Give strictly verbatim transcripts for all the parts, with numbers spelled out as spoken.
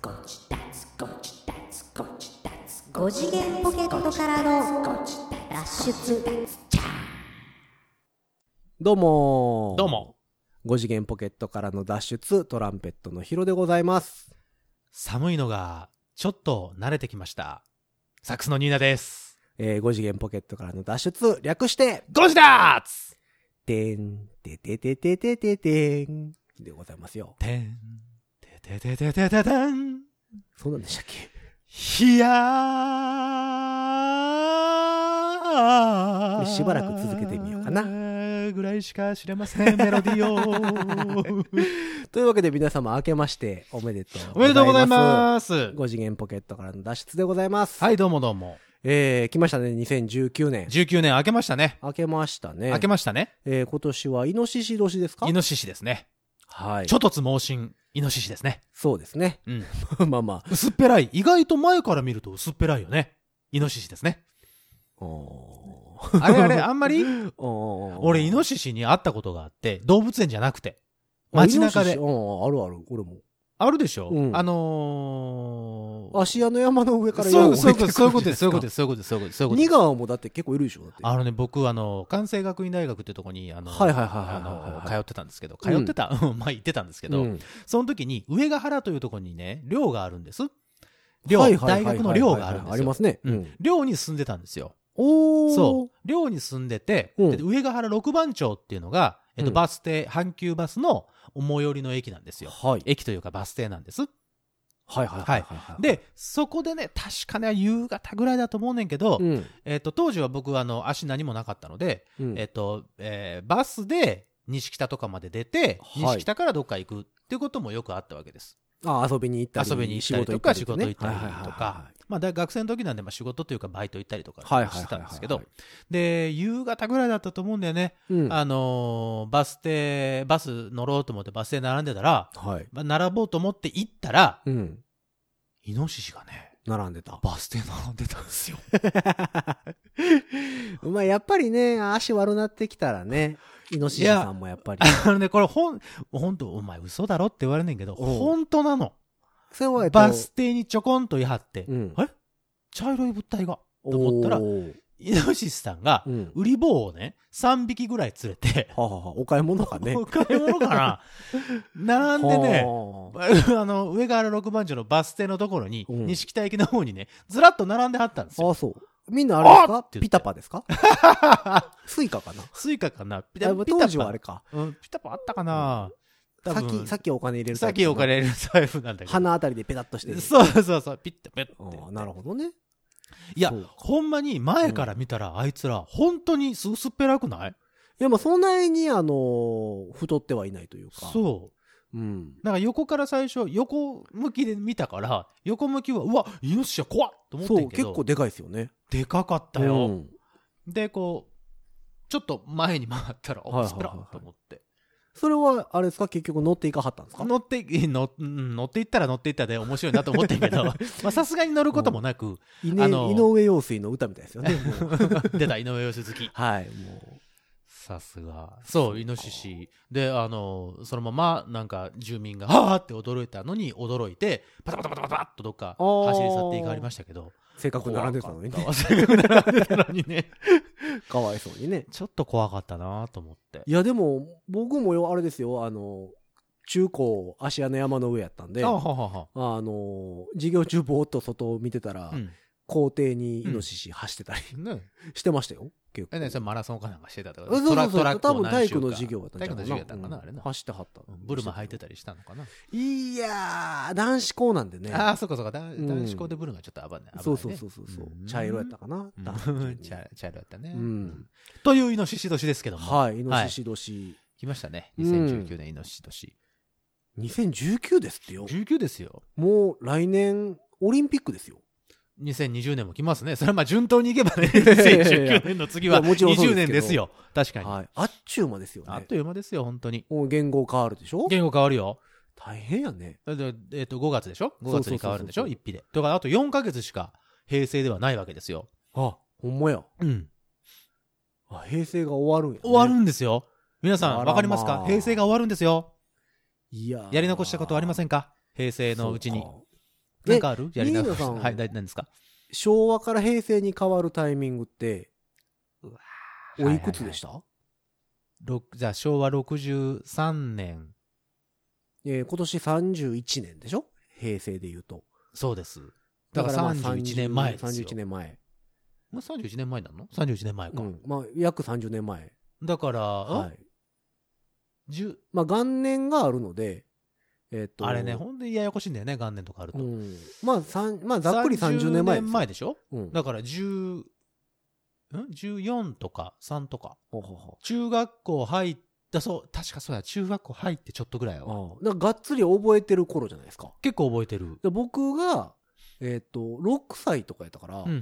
ゴチダツゴチダツゴチダツご次元ポケットからの脱出。 どうもどうもご次元ポケットからの脱出、トランペットのヒロでございます。 寒いのがちょっと慣れてきました。サックスのニーナです。 えー、ご次元ポケットからの脱出、略してゴジダーツてんてててててててんでございますよ。 てんてててててててん。 そうなんでしたっけ。 ひやーしばらく続けてみようかなぐらいしか知れませんメロディーをというわけで皆様明けましておめでとうおめでとうございます。 ご次元ポケットからの脱出でございます。 はい、どうもどうも。 えー、来ましたね。にせんじゅうきゅうねん。 じゅうきゅうねん明けましたね。 明けましたね。 明けましたね。 えー、今年はイノシシ年ですか。 イノシシですね。 はい。 ちょっとつ猛進イノシシですね。 そうですね。 うん。 まあまあ。 薄っぺらい。意外と前から見ると薄っぺらいよね。イノシシですね。 おあれあれ、あんまりお俺、イノシシに会ったことがあって、動物園じゃなくて、街中で。 あ、あるある、俺も。 あるでしょ、 うん、 あのー、 芦屋の山の上からそうそういうことです、そういうことです、そういうことです、そういうことです、そういうことです。 二川もだって結構いるでしょだって。 あのね、僕、あの、関西学院大学ってとこに、あの、 はいはいはいはい、 あの、通ってたんですけど、通ってた、うん、まあ行ってたんですけど、うん、その時に、上ヶ原というところにね、寮があるんです。寮、大学の寮があるんですよ。 ありますね。 うん。寮に住んでたんですよ。 おー。 そう。寮に住んでて、うん、で上ヶ原六番町っていうのが、えっと、バス停、阪急バスの最寄りの駅なんですよ。はい。駅というかバス停なんです。 はいはいはい、はい。 で、そこでね、確かね、夕方ぐらいだと思うねんけど、うん、えっと、当時は僕はあの、足何もなかったので、うん、えっと、えー、バスで西北とかまで出て、はい、西北からどっか行くっていうこともよくあったわけです。 ああ、遊びに行ったり。 遊びに行ったりとか、仕事行ったりとか。まあ、学生の時なんで、まあ仕事というかバイト行ったりとかしてたんですけど、で、夕方ぐらいだったと思うんだよね。うん、あのー、バス停、バス乗ろうと思ってバス停並んでたら、はい、まあ、並ぼうと思って行ったら、うん、イノシシがね、 並んでた。 バス停並んでたんですよ。 まあやっぱりね、足悪なってきたらね、イノシシさんもやっぱり。 あのね、これほん、ほんと、お前嘘だろって言われんねんけど、ほんとなの。 それはバス停にちょこんといはって、うん、あれ茶色い物体がと思ったら、イノシシさんが、売り棒をね、さんびきぐらい連れて、 はあはあ、お買い物かね。 お買い物かな並んでね、あの、上ヶ原六番町のバス停のところに、うん、西北駅の方にね、ずらっと並んではったんですよ。 ああ、そう。みんなあれですかピタパですかスイカかなスイカかなピタパ。当時はあれか。 うん、ピタパあったかな、うん、 さっき、さっきお金入れるさっきお金入れる財布なんだけど。 鼻あたりでペタッとしてる。 そうそうそう、ピッタペッて。 なるほどね。 いや、ほんまに前から見たら、うん、あいつら、本当にす薄っぺらくない？ いや、まあ、そんなに、あのー、太ってはいないというか。 そう。うん。だから横から最初、横向きで見たから、横向きは、うわ、イノシシは怖っと思ってんけど。 そう、結構でかいですよね。 でかかったよ。うん、で、こう、ちょっと前に回ったら、おっ、スペラと思って。 それは、あれですか結局乗っていかはったんですか乗って、乗乗っていったら乗っていったで面白いなと思ってんけど、まあさすがに乗ることもなく、 あの、井上陽水の歌みたいですよね。 出た、井上陽水好き。 はい、もう。 さすが。そう、イノシシ。で、あの、そのまま、なんか、住民が、はぁって驚いたのに、驚いて、パタパタパタパタッとどっか、走り去っていかはりましたけど。 せっかく並んでたのにね。 せっかく並んでたのにね。 かわいそうにね。 ちょっと怖かったなと思って。 いや、でも、僕もよ、あれですよ、あの、中高、芦屋の山の上やったんで、あ、はははあの、授業中ぼーっと外を見てたら、うん、校庭にイノシシ走ってたり、うんね、してましたよ。結構。 え、ね、それマラソンかなんかしてたとか。 そうそうそう。多分体育の授業だったんじゃないかな。 体育の授業だったんかな、あれな。 走ってはった。 ブルマ履いてたりしたのかな。 いやー、男子校なんでね。 ああ、そうかそうか。男子校でブルマちょっと危ない。 そうそうそうそう。茶色やったかな。 茶色やったね。というイノシシ年ですけども。 はい、イノシシ年。 来ましたね。にせんじゅうきゅうねんイノシシ年。 にせんじゅうきゅうですってよ。 じゅうきゅうですよ。 もう来年、オリンピックですよ。 にせんにじゅうねんも来ますね。それはまあ順当にいけばね、にせんじゅうきゅうねんの次はにじゅうねんですよ。確かに。はい。 あっちゅう間ですよね。 あっという間ですよ、本当に。 もう言語変わるでしょ？ 言語変わるよ。 大変やね。 えっと、ごがつでしょ ?ご 月に変わるんでしょ一匹で。だからあとよんかげつしか平成ではないわけですよ。 あ、ほんまや。 うん。 あ、平成が終わるんやね。 終わるんですよ。皆さん、わかりますか？平成が終わるんですよ。 いや。 やり残したことはありませんか？平成のうちに。 なんかあるやりながら。さん。 はい、何ですか？ 昭和から平成に変わるタイミングって、おいくつでした？ はいはいはい、じゃあ昭和ろくじゅうさんねん。 えー、今年さんじゅういちねんでしょ？平成で言うと。 そうです。だからさんじゅういちねんまえですよ。 さんじゅういちねんまえ。 まあ、さんじゅういちねんまえなの ?さんじゅういちねんまえか。 うん。まあ、約さんじゅうねんまえ。 だから、 はい。 じゅまあ、元年があるので、えっと。 あれね、ほんとにややこしいんだよね、元年とかあると。うん、 まあ、さん、まあ、ざっくりさんじゅうねんまえです。 さんじゅうねんまえでしょ？ うん。 だからじゅう、ん ?じゅうよん とかさんとか。 ほうほうほう。 中学校入った、そう、確かそうや、中学校入ってちょっとぐらいは。 ああ。だからがっつり覚えてる頃じゃないですか。 結構覚えてる。 で僕が、えっ、ー、と、ろくさいとかやったから、 うんうんうんうん、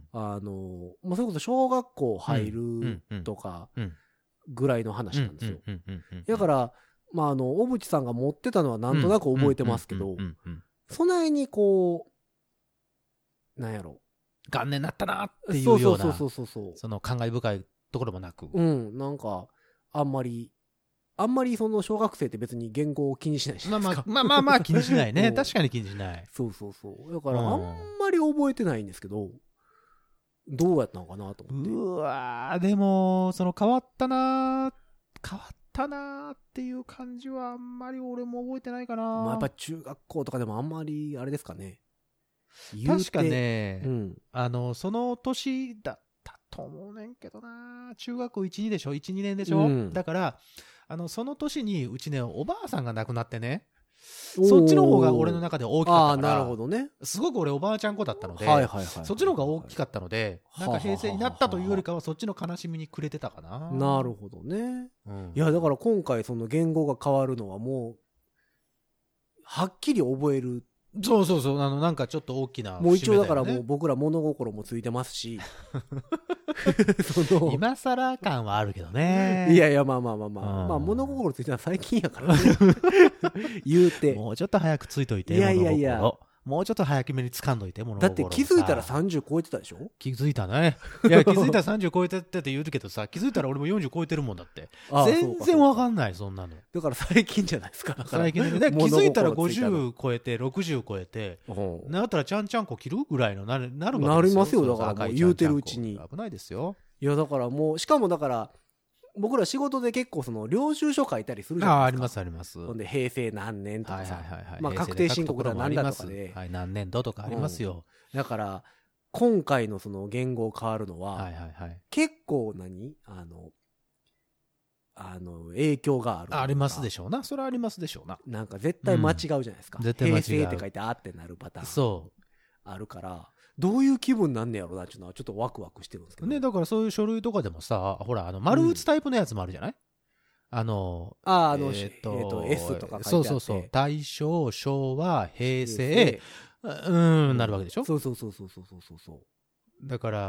あの、まあ、それこそ小学校入るとか、ぐらいの話なんですよ。だから、まあ、あの、小渕さんが持ってたのはなんとなく覚えてますけど、そないにこう、なんやろ。 元年だったなっていうような、 そうそうそうそう、 その感慨深いところもなく。 うん、なんか、あんまり、あんまりその小学生って別に言語を気にしないじゃないですか。 まあまあまあまあ気にしないね。確かに気にしない。 そうそうそう。だからあんまり覚えてないんですけど、どうやったのかなと思って。 うわー、でも、その変わったなー、変わったなーっていう感じはあんまり俺も覚えてないかな。まあやっぱ中学校とかでもあんまりあれですかね。 確かね、うん、あの、その年だったと思うねんけどな。中学校いち、にでしょ ?いち、にねんでしょ、うん、だから、あの、その年にうちね、おばあさんが亡くなってね、そっちの方が俺の中で大きかったから、 あ、なるほどね。 すごく俺おばあちゃん子だったので、 はいはいはいはい、 そっちの方が大きかったので、なんか平成になったというよりかはそっちの悲しみにくれてたかな。 なるほどね。うん、いや、だから今回その言語が変わるのはもう、はっきり覚える。 そうそうそう、あの、なんかちょっと大きな、ね。 もう一応だからもう僕ら物心もついてますし。 その今更感はあるけどね。 いやいや、まあまあまあまあ。うん、まあ物心ついたのは最近やからね。言うて。 もうちょっと早くついといて。 いやいやいや。 もうちょっと早めに掴んどいて、物心。だって気づいたらさんじゅう超えてたでしょ？ 気づいたね。いや、気づいたらさんじゅう超えてって言うけどさ、気づいたら俺もよんじゅう超えてるもんだって。全然わかんない、そんなの。 だから最近じゃないですか。 最近で、ね、気づいたらごじゅう超えて、ろくじゅう超えて、なったらちゃんちゃんこ切るぐらいのなる、なるわけですよ。なりますよ、だからもう言うてるうちに。 危ないですよ。 いや、だからもう、しかもだから、僕ら仕事で結構その領収書書いたりするじゃないですか。 ああ、ありますあります。 ほんで平成何年とかさ、まあ確定申告だなんだとかで、 はい、何年度とかありますよ。 うん、だから今回のその言語変わるのは、 はいはいはい、 結構何あのあの影響がある。 ありますでしょうな。それはありますでしょうな。 なんか絶対間違うじゃないですか。うん、絶対間違う。平成って書いてあってなるパターン。 そうあるから。どういう気分なんねやろうなっていうのはちょっとワクワクしてるんですけどね。だからそういう書類とかでもさ、ほら、あの、丸打つタイプのやつもあるじゃない、うん、あの、 あ、あの、えー、っと、えー、っと S とか書いてあって。 そうそうそう。大正、昭和、平成、うーん、なるわけでしょ。 そうそうそうそうそうそうそう。 だから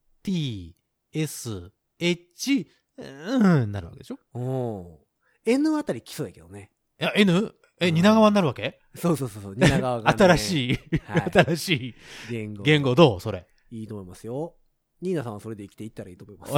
、T、S、H、うん、なるわけでしょ。 うん。N あたり来そうやけどね。 いや、N？え、蜷川になるわけ？ そうそうそうそう、蜷川が、ね。 新しい、はい、新しい言語。言語どうそれ。 いいと思いますよ。ニーナさんはそれで生きていったらいいと思います。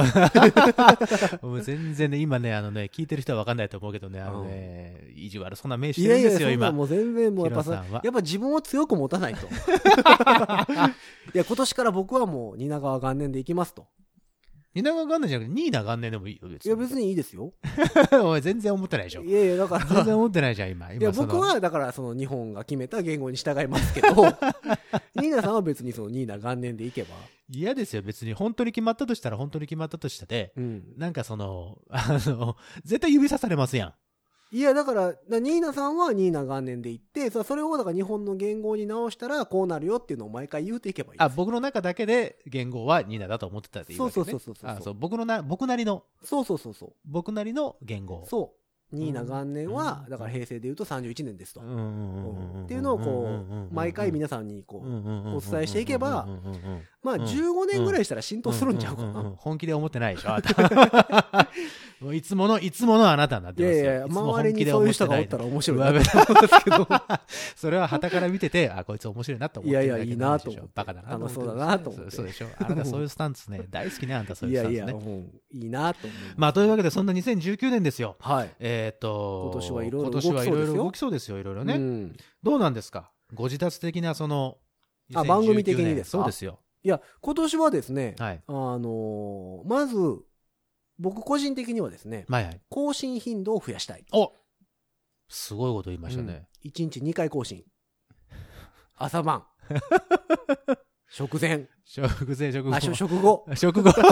もう全然ね、今ね、あのね、聞いてる人は分かんないと思うけどね、あのね、うん、意地悪そんな名してるんですよ、いやいや今。 もう全然もうやっぱさ、やっぱ自分を強く持たないと。いや、今年から僕はもう蜷川元年で行きますと。 蜷川元年じゃなくて、ニーナ元年でもいいよ、別に。 いや、別にいいですよ。 お前全然思ってないでしょ。 いやいや、だから。 全然思ってないじゃん、今。今いや、僕は、だから、その、日本が決めた言語に従いますけど、ニーナさんは別にその、ニーナ元年でいけば。 嫌ですよ、別に。本当に決まったとしたら、本当に決まったとしたで、うん、なんかその、あの、絶対指さされますやん。 いや、だから、ニーナさんはニーナ元年で言って、それをだから日本の言語に直したらこうなるよっていうのを毎回言うていけばいい。 あ、僕の中だけで言語はニーナだと思ってたっていうわけね。 そうそうそうそうそう。 あ、そう、僕のな、僕なりの。 そうそうそうそう。 僕なりの言語。 そう。ニーナ元年は、だから平成で言うとさんじゅういちねんですと。っていうのをこう、毎回皆さんにこう、お伝えしていけば、まあじゅうごねんぐらいしたら浸透するんちゃうかな。 本気で思ってないでしょ。いつもの、いつものあなたになってますよ。 いやいや、周りにそういう人がおったら面白いなと思うんですけど。 それは傍から見てて、あ、こいつ面白いなと思ってるだけ。 いやいや、いいなと思って。 バカだな。 楽しそうだなと思って。 そうでしょ。あなたそういうスタンスね、大好きね、あんたそういうスタンスね。 いやいや、もう、いいなと思う。 まあ、というわけで、そんなにせんじゅうきゅうねんですよ。 はい。 えっと、 今年はいろいろ動きそうですよ。 動きそうですよ、いろいろね。どうなんですか？ ご自達的なその、 あ、番組的にですか？ そうですよ。 いや、今年はですね、 はい、 あのー、まず、僕個人的にはですね、 はいはい、 更新頻度を増やしたい。 おすごいこと言いましたね。うん、 いちにちにかい更新。朝晩。食前。 食前、食後。 あ、食後。 食後。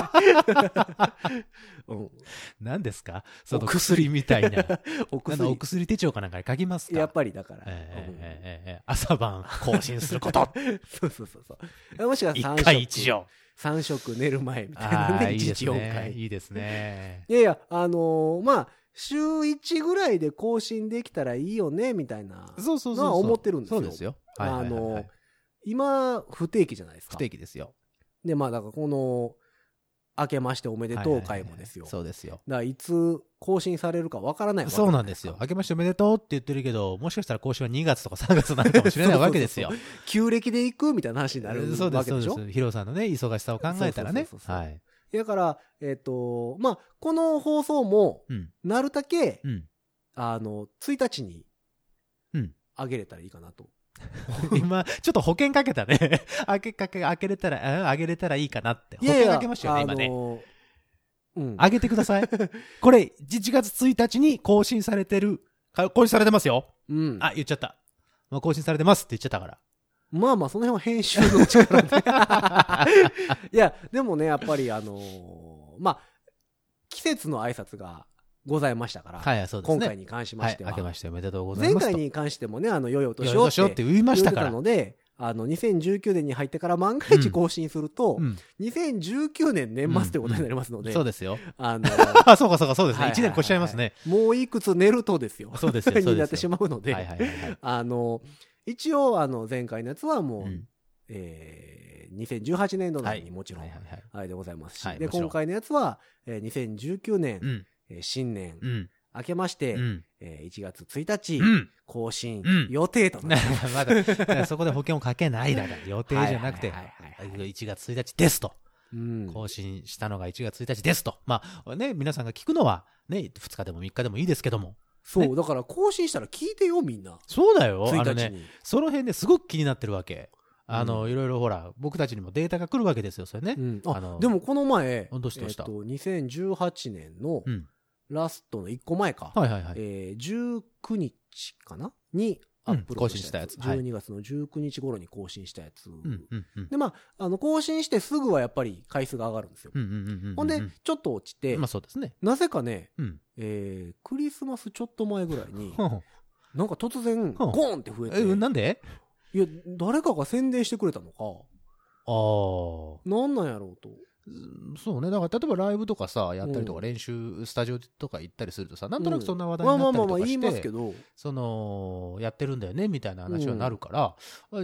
うん、 何ですかその薬みたいな。お薬。お薬手帳かなんかに書きますか？ やっぱりだから。 えーうんえーえー、朝晩更新すること。 そうそうそうそう。もしくはさん食。 いっかいいち錠。 さん食寝る前みたいなね。いちにちよんかい。 いいですね。 いやいや、あのー、まあ、週いちぐらいで更新できたらいいよね、みたいな。 そうそうそう。 のは思ってるんですよ。 そうですよ。 はいはいはいはい、あのー、今、不定期じゃないですか。 不定期ですよ。 で、まあ、だからこの、明けましておめでとう会もですよ。 そうですよ。 だからいつ更新されるかわからないわけそうなんですよ。明けましておめでとうって言ってるけど、もしかしたら更新はにがつとかさんがつになるかもしれないわけですよ。 旧暦で行くみたいな話になるわけでしょ。 そうです、そうです。ヒロさんのね、忙しさを考えたらね。はい。 だから、えっと、まあ、この放送も、なるだけ、うん、あの、ついたちに、あげれたらいいかなと。 今、ちょっと保険かけたね。開けかけ、開けれたら、あげれたらいいかなって。保険かけましたよね、今ね。うん。あげてください。これ、いちがつついたちに更新されてる、更新されてますよ。うん。あ、言っちゃった。もう更新されてますって言っちゃったから。 まあまあ、その辺は編集の力で。いや、でもね、やっぱりあのー、まあ、季節の挨拶が、ございましたから、はい、そうですね、今回に関しましては、 はい、明けましておめでとうございます。 前回に関してもね、あの、良いお年をって言いましたから。ので、あの、にせんじゅうきゅうねんに入ってから万が一更新すると、うん、にせんじゅうきゅうねん年末ということになりますので、うんうん、 そうですよ。 あのー、そうかそうかそうですね。いちねん越しちゃいますね。 もういくつ寝るとですよ。 そうですよ。 になってしまうので、あの、一応、あの、前回のやつはもう、うん、えー、にせんじゅうはちねんど内にもちろん、あれでございますし、はい、で、今回のやつは、えー、にせんじゅうきゅうねん、うんえー、新年、うん明けまして、うんえー、いちがつついたち、うん、更新、うん、予定となってまだそこで保険をかけないだから予定じゃなくていちがつついたちですと、うん、更新したのがいちがつついたちですとまあね皆さんが聞くのはねふつかでもみっかでもいいですけどもそう、 ね、 だから更新したら聞いてよみんなそうだよついたちにあの、ね、その辺ですごく気になってるわけあの、うん、いろいろほら僕たちにもデータが来るわけですよそれね、うん、ああのでもこの前どうしたどうした、 えー、とにせんじゅうはちねんの、うんラストのいっこまえか。 はいはいはい。 えー、じゅうくにちかなにアップロードしたやつ。うん、じゅうにがつのじゅうくにち頃に更新したやつ。うんうんうん、で、まあ、あの、更新してすぐはやっぱり回数が上がるんですよ。ほんで、ちょっと落ちて、 まあそうですね。 なぜかね、うん、えー、クリスマスちょっと前ぐらいに、なんか突然、ゴーンって増えて。 え、なんで？ いや、誰かが宣伝してくれたのか。 ああ。 なんなんやろうと。 そうね。だから、例えばライブとかさ、やったりとか、練習、スタジオとか行ったりするとさ、なんとなくそんな話題になったりとかして、まあまあまあ言いますけど、その、やってるんだよね、みたいな話はなるから、うん、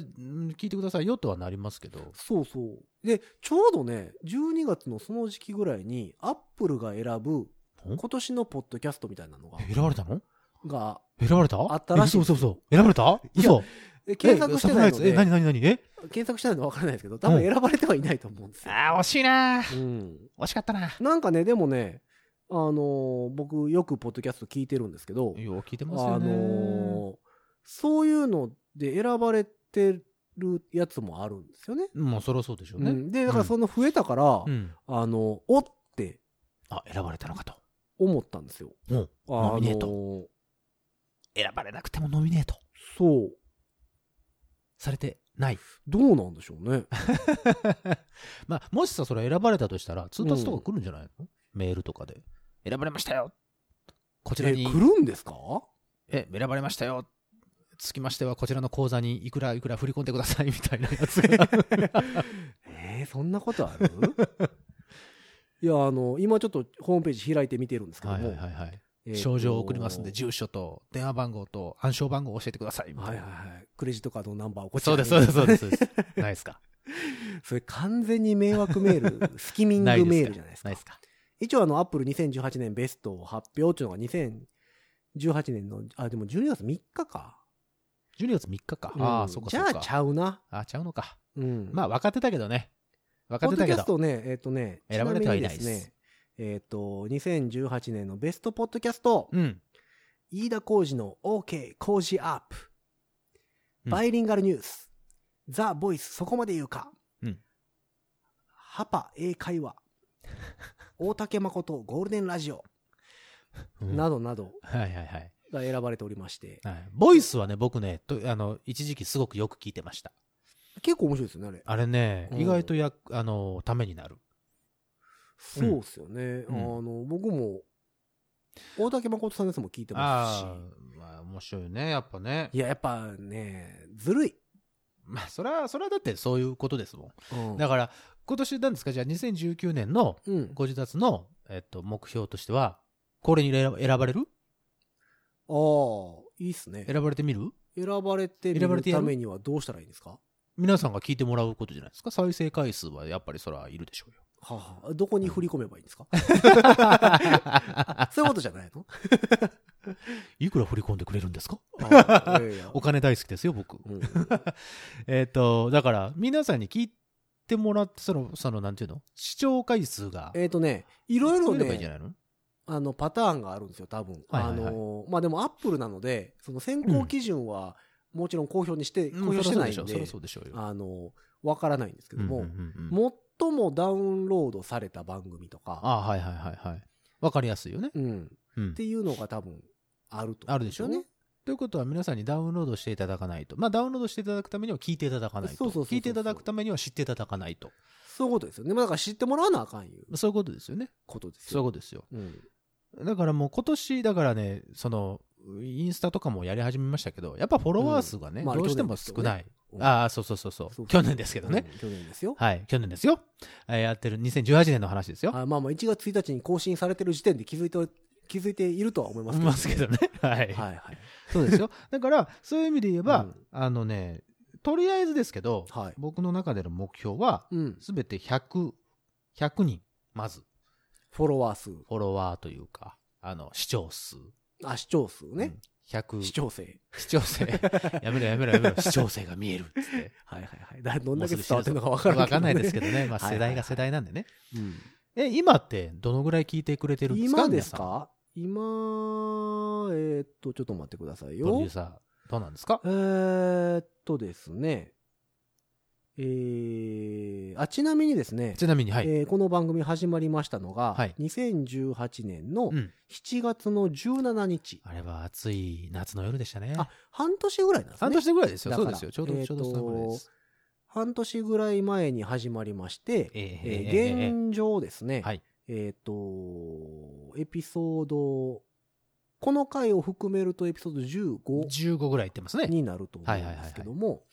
聞いてくださいよとはなりますけど。 そうそう。で、ちょうどね、じゅうにがつのその時期ぐらいに、アップルが選ぶ、今年のポッドキャストみたいなのが。 選ばれたのが。 選ばれたあったらしい。 そうそうそう。選ばれた嘘。 検索してないので。 え、何何何え検索してないの分からないですけど、多分選ばれてはいないと思うんですよ。 ああ、惜しいな、うん、惜しかったな。 なんかね、でもね、あのー、僕よくポッドキャスト聞いてるんですけど、 よく聞いてますよね。あのー、 そういうので選ばれてるやつもあるんですよね。 もうそりゃそうでしょうね、うん。 で、だからその増えたから、うん、あの、おって、 あ、選ばれたのかと。 思ったんですよ。 うん。ノミネート。選ばれなくてもノミネート。 そう。 されてない。 どうなんでしょうね。 まあ、もしさ、それ選ばれたとしたら、通達とか来るんじゃないの、うん、メールとかで。選ばれましたよ。こちらに。 え、来るんですか？ え、選ばれましたよ。つきましては、こちらの口座にいくらいくら振り込んでくださいみたいなやつが。 えー、そんなことある？いや、あの、今ちょっとホームページ開いてみてるんですけども。はいはいはい。 症状を送りますんで、住所と電話番号と暗証番号を教えてくださいみたいな。 はいはいはい。クレジットカードのナンバーをこちらに。そうです、そうです、そうです。ないですか。 それ完全に迷惑メール、スキミングメールじゃないですか。 ないですか。 一応あの、アップルにせんじゅうはちねんベストを発表っていうのがにせんじゅうはちねんの、あ、でもじゅうにがつみっかか。 じゅうにがつみっかか。うん、ああ、そうかそうか。 じゃあちゃうな。 あ、ちゃうのか。 うん。 まあ、分かってたけどね。分かってたけど。 ポッドキャストね、えっ、ー、とね、 選ばれてはいないですね。 えっ、ー、と、にせんじゅうはちねんのベストポッドキャスト。うん。飯田浩司の OK 工事アップ。 バイリンガルニュース、ザ・ボイスそこまで言うか、うん、ハパ英会話大竹誠ゴールデンラジオ、うん、などなどが選ばれておりまして、 はいはいはい、ボイスはね僕ねとあの一時期すごくよく聞いてました。 結構面白いですよねあれ。 あれね、うん、意外とやあのためになる。 そうっすよね、うん、あの僕も大竹誠さんのやつも聞いてますし、 あ、まあ、面白いねやっぱね。 いややっぱねずるい。 まあそれはそれはだってそういうことですもん、うん、だから今年なんですか、じゃあにせんじゅうきゅうねんのご自立の、うん、えっと、目標としてはこれに選ばれる？ ああいいっすね。 選ばれてみる？ 選ばれてみるためにはどうしたらいいんですか？ 皆さんが聞いてもらうことじゃないですか。再生回数はやっぱりそれはいるでしょうよ。 はあ、どこに振り込めばいいんですか？そういうことじゃないの？ いくら振り込んでくれるんですか？あいやいやお金大好きですよ僕、うん、えっとだから皆さんに聞いてもらってそのそのなんていうの視聴回数がえっとねいろいろねいいんじゃないの？あのパターンがあるんですよ多分、はいはいはい、あのまあでもアップルなのでその選考基準はもちろん公表にして、うん、公表してないんで、うん、そりゃそうでしょうよ。あのわからないんですけども、うんうんうんうん、最もダウンロードされた番組とか、 あはいはいはいはい、わかりやすいよね、 うんうん、っていうのが多分あると、 あるでしょうね。ということは皆さんにダウンロードしていただかないと、まあダウンロードしていただくためには聞いていただかないと、そうそうそうそう、聞いていただくためには知っていただかないと、 そういうことですよね。だから知ってもらわなあかんいう、 そういうことですよね。 ことですよ。 そういうことですよ。うん、だからもう今年だからね、そのインスタとかもやり始めましたけど、やっぱフォロワー数がね、うんまあ、どうしても少ない。うん、ああ、そうそうそうそう。そう去年ですけどね、 うん。去年ですよ。 はい、去年ですよ。やってるにせんじゅうはちねんの話ですよ。 あまあまあいちがつついたちに更新されてる時点で気づいて気づいているとは思いますけどね。 ますけどね。はい。はいはい。そうですよ。だからそういう意味で言えば、うん、あのね、とりあえずですけど、はい、僕の中での目標はすべ、うん、てひゃく、ひゃくにんまずフォロワー数、 フォロワーというか、あの視聴数。 あ視聴数ね。うんひゃく視聴性視聴性やめろやめろやめろ視聴性が見えるっつってはいはいはいだどんだけ伝わってるのか分からない、 ね、分かんないですけどね、まあ、世代が世代なんでね、はいはいはい、うん、え今ってどのぐらい聞いてくれてるんですか？ 今ですか？今えー、っとちょっと待ってくださいよ。 プロデューサーどうなんですか？ えー、っとですねえー、あちなみにですねちなみに、はいえー、この番組始まりましたのが、はい、にせんじゅうはちねんのしちがつのじゅうしちにち、 うん、あれは暑い夏の夜でしたね。 あ半年ぐらいなんですね。 半年ぐらいですよ。そうですよ。ちょうど、えー、ちょうどそのぐらいです。 半年ぐらい前に始まりまして、えーえー、現状ですね、はい、えっ、ー、とエピソードこの回を含めるとエピソードじゅうご、 じゅうごぐらいいってますね。 になると思うんですけども、はいはいはいはい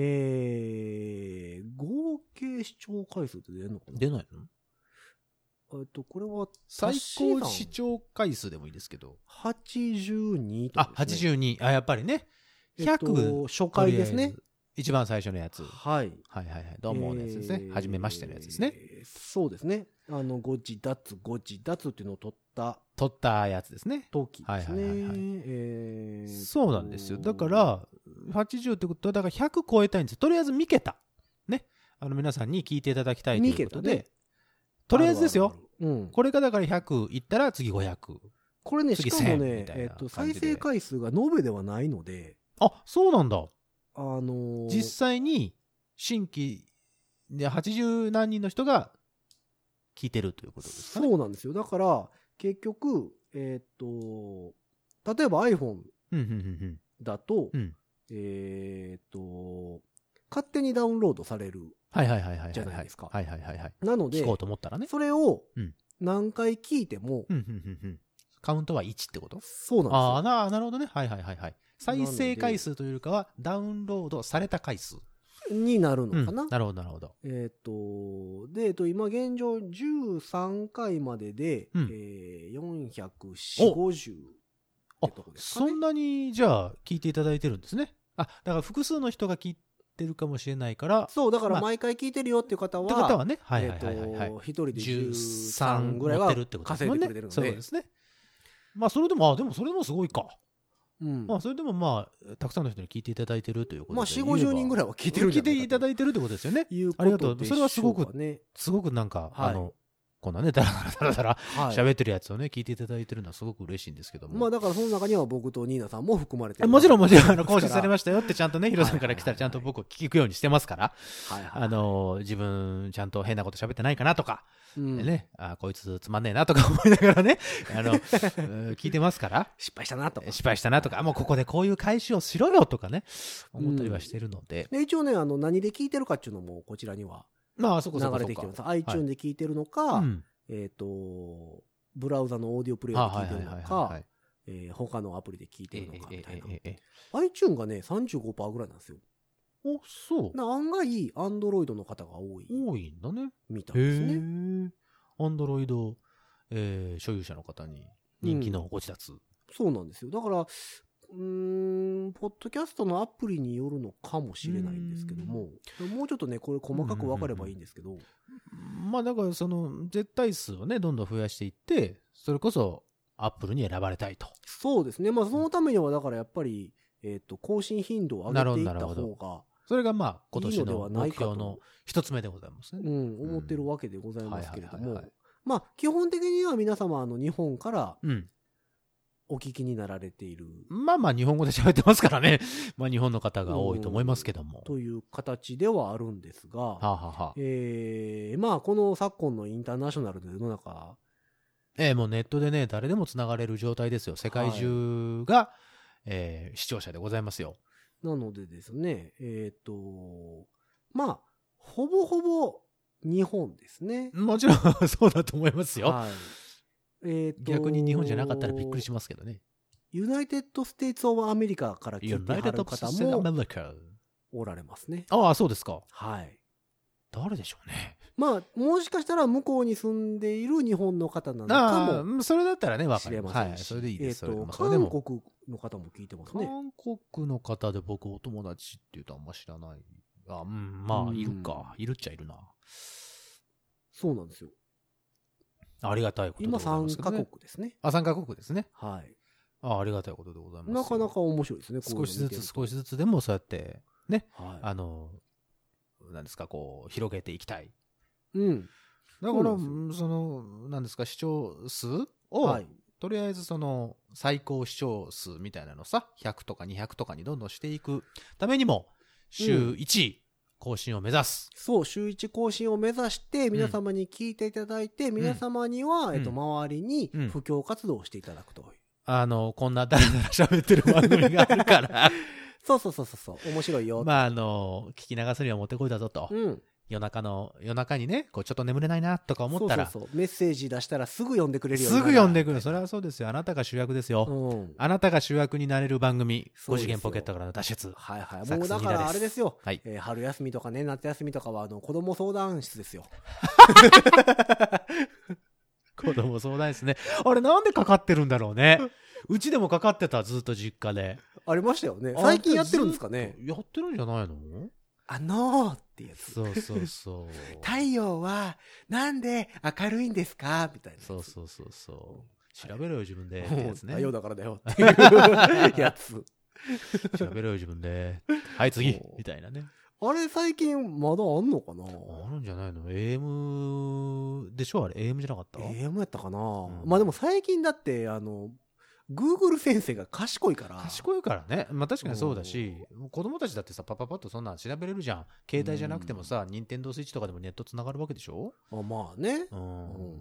えー、合計視聴回数って出るのかな？ 出ないの？ えっと、これは、 最高視聴回数でもいいですけど。 はちじゅうにとか、ね。あ、 はちじゅうに。あ、やっぱりね。ひゃく、えっと、初回ですね。 一番最初のやつ。 はい。 はいはいはい。どうものやつですね。えー、初めましてのやつですね。 そうですね。あの、誤字脱、誤字脱っていうのを取った。 取ったやつですね。 時ですね。はいはいはいはい。 えー、そうなんですよ。だから、はちじゅうってことは、だからひゃく超えたいんですよ。とりあえず三桁。ね。あの、皆さんに聞いていただきたいということで。ね、とりあえずですよ。うん。これがだからひゃくいったら次ごひゃく。 これね、しかもね、えっと、再生回数が延べではないので。 あ、そうなんだ。 あのー、 実際に新規ではちじゅう何人の人が聞いてるということですかね。 そうなんですよ。だから、結局、えっと、例えば iPhone だと、うん、えっと、勝手にダウンロードされるじゃないですか。なので、 聞こうと思ったらね。 それを何回聞いても、 カウントはいちってこと？ そうなんですよ。 ああ、な、なるほどね。はいはいはいはい。再生回数というかは、ダウンロードされた回数になるのかな、うん、 なるほどなるほど。 えっ、ー、と、で、えっと、今現状じゅうさんかいまでで、うん、えー、よんひゃくよんじゅう、ごじゅうってとこですかね。 そんなに、じゃあ、聞いていただいてるんですね。あ、だから複数の人が聞いてるかもしれないから。 そう、だから毎回聞いてるよっていう方は、 まあ、って方はね、はいはいはいはい、 はい。一人でじゅうさんぐらいは稼いでくれてるので。 そうですね。まあ、それでも、あ、でもそれでもすごいか。うん、まあそれでもまあたくさんの人に聞いていただいてるということで、 まあよんじゅう、ごじゅうにんぐらいは聞いてるんじゃないかと聞いていただいてるってことですよね。ありがとう。それはすごくすごくなんか、はい、あのこんなね、だらだらだらだら喋ってるやつをね、聞いていただいてるのはすごく嬉しいんですけども。 まあだからその中には僕とニーナさんも含まれてる。 もちろんもちろん、あの、更新されましたよってちゃんとね、ヒロさんから来たらちゃんと僕を聞くようにしてますから、はいはいはい、あの、自分ちゃんと変なこと喋ってないかなとか、うん、でね、あ、こいつつまんねえなとか思いながらね、あの、聞いてますから。 失敗したなとか。 失敗したなとか、もうここでこういう返しをしろよとかね、思ったりはしてるので。 うん、で一応ね、あの、何で聞いてるかっていうのもこちらには、 まあ、そこそこ流れてきてます。iTunes で聞いてるのか、はい、うんえっ、ー、と、ブラウザのオーディオプレイヤーで聞いてるのか、他のアプリで聞いてるのかみたいな。えーえーえー、iTunes がね、さんじゅうごパーセント ぐらいなんですよ。 お、そう。 案外、Android の方が多い。 多いんだね。 みたいですね。 Android、えー、所有者の方に人気のご自立、うん。 そうなんですよ。だから、うーん、ポッドキャストのアプリによるのかもしれないんですけども、もうちょっとね、これ細かく分かればいいんですけど、 まあだからその絶対数をねどんどん増やしていってそれこそアップルに選ばれたいと。 そうですね。まあそのためにはだからやっぱりえっと更新頻度を上げていった方がそれがまあ今年の目標の一つ目でございますね。 うん、思ってるわけでございますけれども、まあ基本的には皆様あの日本からお聞きになられている、 うん、まあまあ日本語で喋ってますからね。まあ日本の方が多いと思いますけども、 うん、という形ではあるんですが、はあはあ、えー、まあこの昨今のインターナショナルの世の中、 えー、もうネットでね誰でもつながれる状態ですよ。世界中が、はいえー、視聴者でございますよ。 なのでですね、えっとまあほぼほぼ日本ですね。 もちろんそうだと思いますよ。はいえー、 逆に日本じゃなかったらびっくりしますけどね。 ユナイテッド・ステイツ・オブ・アメリカから聞いてはる方もおられますね。 ああ、そうですか。 はい。 誰でしょうね。 まあ、もしかしたら向こうに住んでいる日本の方なのかも。 それだったらね、わかります。はい、 それでいいです。 えっと、韓国の方も聞いてますね。 韓国の方で僕お友達っていうとあんま知らない。あ、うん、まあ、いるか。いるっちゃいるな。 そうなんですよ。 ありがたいことでございます、 ね。今さんカ国ですね。 あ、さんカ国ですね。 はい。 あ、ありがたいことでございます。 なかなか面白いですね。 少しずつ少しずつでもそうやってね、はい、あのなんですかこう広げていきたい。 うん。 だからそのなんですか視聴数を、はい、とりあえずその最高視聴数みたいなのさひゃくとかにひゃくとかにどんどんしていくためにも週いち、うん更新を目指す。 そう、週いち更新を目指して皆様に聞いていただいて、うん、皆様には、うん、えっと、周りに布教活動をしていただくという。うん、 あの、こんなダラダラ喋ってる番組があるから。 そうそうそうそう、面白いよ。 まあ、あの、聞き流すにはもってこいだぞと。うん。夜中の、夜中にね、こうちょっと眠れないなとか思ったら。 そうそうそう。メッセージ出したらすぐ読んでくれるよ。 すぐ読んでくる。それはそうですよ。あなたが主役ですよ。うん、あなたが主役になれる番組。ご次元ポケットからの脱出。 はいはい。もうだからあれですよ。はいえー、春休みとかね、夏休みとかは、あの、子供相談室ですよ。 子供相談室ね。あれなんでかかってるんだろうね。うちでもかかってた、ずっと実家で。 ありましたよね。最近やってるんですかね。 やってるんじゃないの？ あのーってやつ。 そうそうそう。 太陽はなんで明るいんですかみたいな。 そうそうそうそう。調べろよ自分で。ってやつね。 太陽だからだよっていうやつ。 調べろよ自分で。はい次みたいなね。 あれ最近まだあんのかな？ あるんじゃないの？ エーエム でしょあれ エーエム じゃなかった？ エーエム やったかな、うん、まあでも最近だってあのGoogle 先生が賢いから賢いからね。まあ確かにそうだし、子供たちだってさパパパッとそんなん調べれるじゃん。携帯じゃなくてもさ、任天堂スイッチとかでもネットつながるわけでしょ。 あまあね。 うん。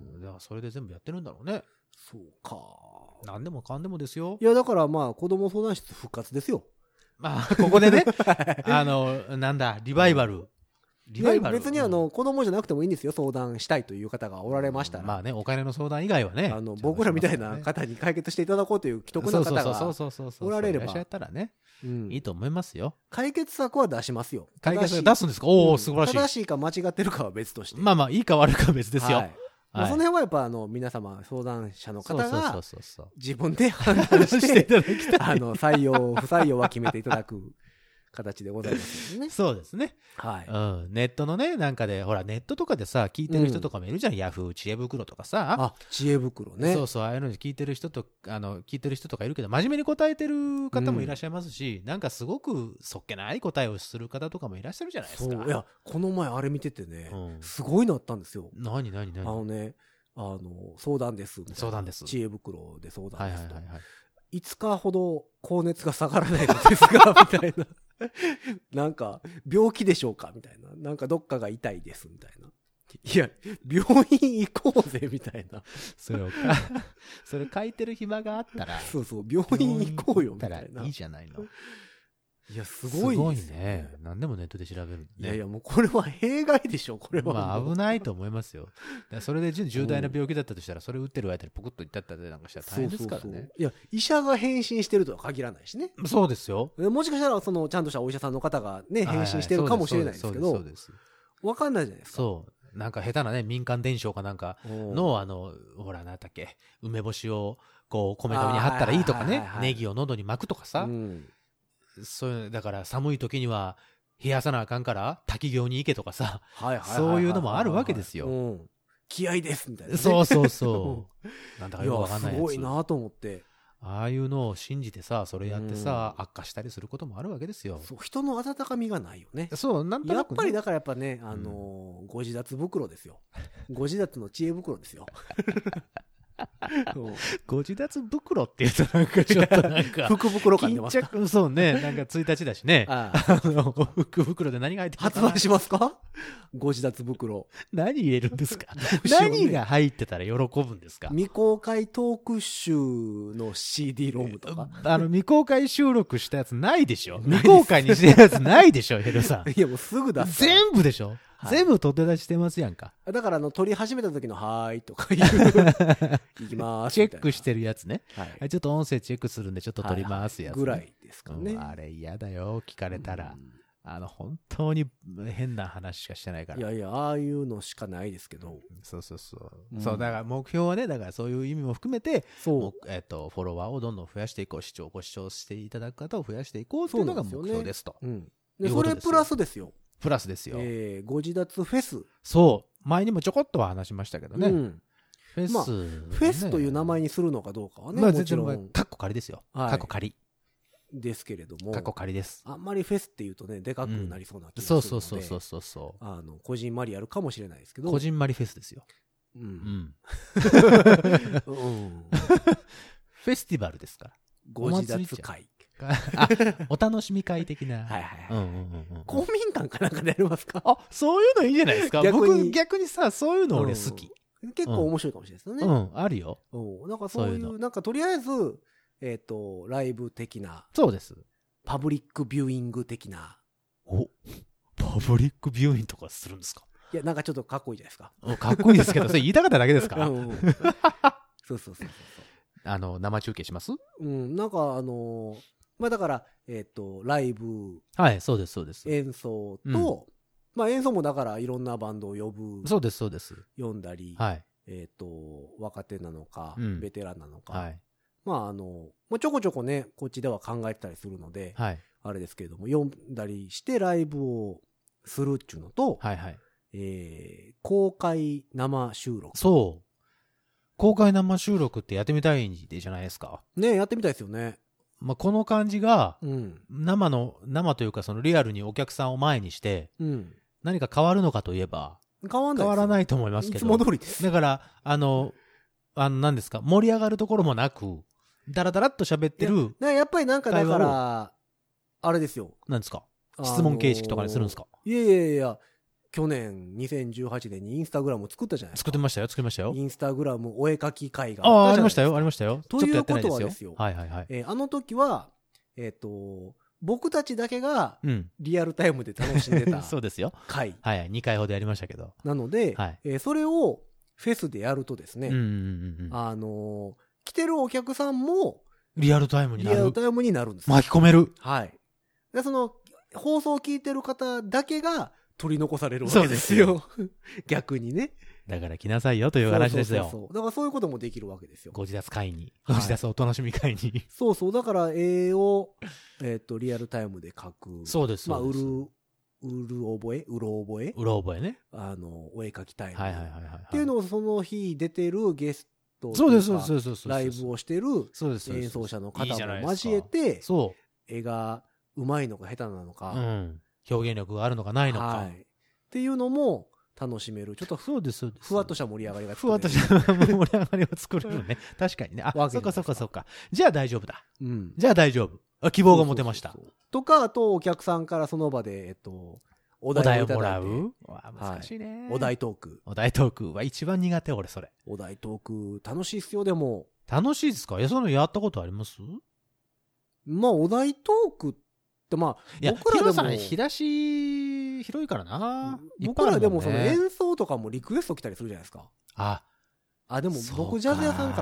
うん、だからそれで全部やってるんだろうね。 そうか。 なんでもかんでもですよ。 いやだからまあ子供相談室復活ですよ。 まあここでね、あのなんだリバイバル。 リバイバル別にあの子供じゃなくてもいいんですよ。相談したいという方がおられましたら、 まあねお金の相談以外はねあの僕らみたいな方に解決していただこうという既得な方がおられればやったらねいいと思いますよ。 解決策は出しますよ。 解決策出すんですか。おお素晴らしい。 正しいか間違ってるかは別としてまあまあいいか悪いかは別ですよ。 まあその辺はやっぱあの皆様相談者の方が自分で判断してあの採用不採用は決めていただく形でございますね。 そうですね。 はい。 うん。ネットのね、なんかで、ほら、ネットとかでさ、聞いてる人とかもいるじゃん。うん、ヤフー知恵袋とかさ。 あ、知恵袋ね。 そうそう、ああいうの聞いてる人と、あの、聞いてる人とかいるけど、真面目に答えてる方もいらっしゃいますし、うん、なんかすごくそっけない答えをする方とかもいらっしゃるじゃないですか。 そう。いや、この前あれ見ててね、うん、すごいのあったんですよ。 何何何あのね、あの、相談ですみたいな。 相談です。 知恵袋で相談ですと。 はいはいはいはい。 いつかほど高熱が下がらないのですが、みたいな。なんか、病気でしょうかみたいな。なんかどっかが痛いです、みたいな。いや、病院行こうぜ、みたいな。 それをか、それ書いてる暇があったら。 そうそう、病院行こうよ、みたいな。 いいじゃないの。 いや、すごいですね。 すごいね。何でもネットで調べる、ね。 いやいや、もうこれは弊害でしょ、これは。 まあ危ないと思いますよ。それで重大な病気だったとしたら、それ打ってる間にポクッといったったりなんかしたら大変ですからね。そうそうそう。いや、医者が返信してるとは限らないしね。 そうですよ。 もしかしたら、その、ちゃんとしたお医者さんの方がね、返信してるかもしれないですけど、そうです。わかんないじゃないですか。 そう。なんか下手なね、民間伝承かなんかの、あの、ほら、なんだっけ、梅干しを、こう、米紙に貼ったらいいとかね、ネギを喉に巻くとかさ、うん、そういう、だから寒い時には冷やさなあかんから滝行に行けとかさ、そういうのもあるわけですよ。 うん、気合ですみたいな、ね。 そうそうそう。なんだかよくわかんないやつ。 すごいなと思って。 ああいうのを信じてさ、それやってさ、うん、悪化したりすることもあるわけですよ。 そう、人の温かみがないよね。 そう、なんとなく、ね。 やっぱりだからやっぱね、あのーうん、ご自立袋ですよ。ご自立の知恵袋ですよ。 ご自立袋って言うとなんかちょっとなんか福袋感出ますか。 そうね、なんかついたちだしね。ああの福袋で何が入ってるか発売しますか。ご自立袋。 何入れるんですか。ね、何が入ってたら喜ぶんですか。 未公開トーク集の シーディー ロムとか。 あの未公開収録したやつないでしょ。未公開にしてるやつないでしょ、ヘルさん。 いやもうすぐ出す。 全部でしょ。はい、全部取って出してますやんか。 だからあの撮り始めた時のはーいとか言ういきますチェックしてるやつね、はい、ちょっと音声チェックするんでちょっと撮りますやつ、ね、 はいはい、ぐらいですかね、 うん、あれ嫌だよ聞かれたら、うん、あの本当に変な話しかしてないから。 いやいやああいうのしかないですけど。 そうそうそう、うん、そうだから目標はね、だからそういう意味も含めてそう、えー、とフォロワーをどんどん増やしていこう、視聴ご視聴していただく方を増やしていこうというのが目標ですと。 そうなんですよね、うん、でそれプラスですよ。 プラスですよ。 えー、ご自立フェス。 そう。前にもちょこっとは話しましたけどね。うん、 フェス、まあ、フェスという名前にするのかどうかはね。 まあ、もちろん。カッコ仮ですよ。カッコ仮。 ですけれども。 カッコ仮です。 あんまりフェスっていうとね、でかくなりそうな気がするので、 うん、そうそうそうそうそう。 あの、こじんまりやるかもしれないですけど。 こじんまりフェスですよ。 うん。うん。 うん、フェスティバルですから。 ご自立会。 あ、お楽しみ会的な。 はいはいはい。公民館かなんかでやりますか。 あ、そういうのいいじゃないですか。逆に僕逆にさ、そういうの俺好き。 うん、結構面白いかもしれないですよね。 うん、うん、あるよ。 うん、なんかそういう、ううなんかとりあえず、えっ、ー、と、ライブ的な。 そうです。 パブリックビューイング的な。 お、パブリックビューイングとかするんですか。 いや、なんかちょっとかっこいいじゃないですか。 おかっこいいですけど、それ言いたかっただけですか。うん、そうそうそうそう。 あの、生中継します？ うん、なんかあのー、まあだから、えっと、ライブ。 はい、そうです、そうです。 演奏と、うん、まあ演奏もだからいろんなバンドを呼ぶ。 そうです、そうです。 呼んだり、 はい。 えっと、若手なのか、 うん、 ベテランなのか。 はい。 まああの、まあ、ちょこちょこね、こっちでは考えてたりするので、 はい。 あれですけれども、呼んだりしてライブをするっていうのと、 はいはい。 えー、公開生収録。 そう。公開生収録ってやってみたいじゃないですか。 ね、やってみたいですよね。 まあ、この感じが、 うん、 生の、生というかそのリアルにお客さんを前にして、 うん、 何か変わるのかといえば、 変わんないですよ。 変わらないと思いますけど。 いつも通りです。 だから、あの、あの、何ですか、盛り上がるところもなく、だらだらっと喋ってる。 や, やっぱりなんかだから、あれですよ。 何ですか、質問形式とかにするんですか。 いやいやいや、去年にせんじゅうはちねんにインスタグラムを作ったじゃないですか。 作ってましたよ、作りましたよ。 インスタグラムお絵描き会がああ、ありましたよ、ありましたよ。 ということはですよ。 はいはいはい。 えー、あの時は、えっ、ー、と、僕たちだけがリアルタイムで楽しんでた、うん、 そうですよ。 会。 はい、にかいほどやりましたけど。 なので、 はい、 えー、それをフェスでやるとですね、 うんうんうんうん、 あのー、来てるお客さんもリアルタイムになる。 リアルタイムになるんです。 巻き込める。 はい。で、その放送を聞いてる方だけが取り残されるわけですよ。逆にね。 だから来なさいよという話ですよ。 そうそうそう。だからそういうこともできるわけですよ。 ご自立会に。ご自立お楽しみ会に、はい。 そうそう。だから絵を、えっと、リアルタイムで描く。 そうです。 まあ、売る、売る覚えうろ覚えうろ覚えね。 あの、お絵描きタイム。 はいはいはいはい、はい。 っていうのをその日出てるゲスト。 そうです、そうです、そうです。 ライブをしてる演奏者の方も交えて、 そう。 絵が上手いのか下手なのか。 うん。表現力があるのかないのか。はい。 っていうのも、楽しめる。ちょっとそうです、 ふわっとした盛り上がりがふわっとした盛り上がりを作れるね。確かにね。あ、そっかそっかそっか。じゃあ大丈夫だ。うん。じゃあ大丈夫。あ、希望が持てました。そうそうそうとか、あとお客さんからその場で、えっと、 お題をもらう。わ、難しいね、 はい。お題トーク。 お題トークは一番苦手、俺、それ。 お題トーク、楽しいっすよ、でも。 楽しいですか？いや、そのやったことあります？ まあ、お題トークって、まあ、 いや、僕らでも。広さん、引き出し、広いからな。 僕らでもその演奏とかもリクエスト来たりするじゃないですか。 あ。 あ、でも僕ジャズ屋さんから、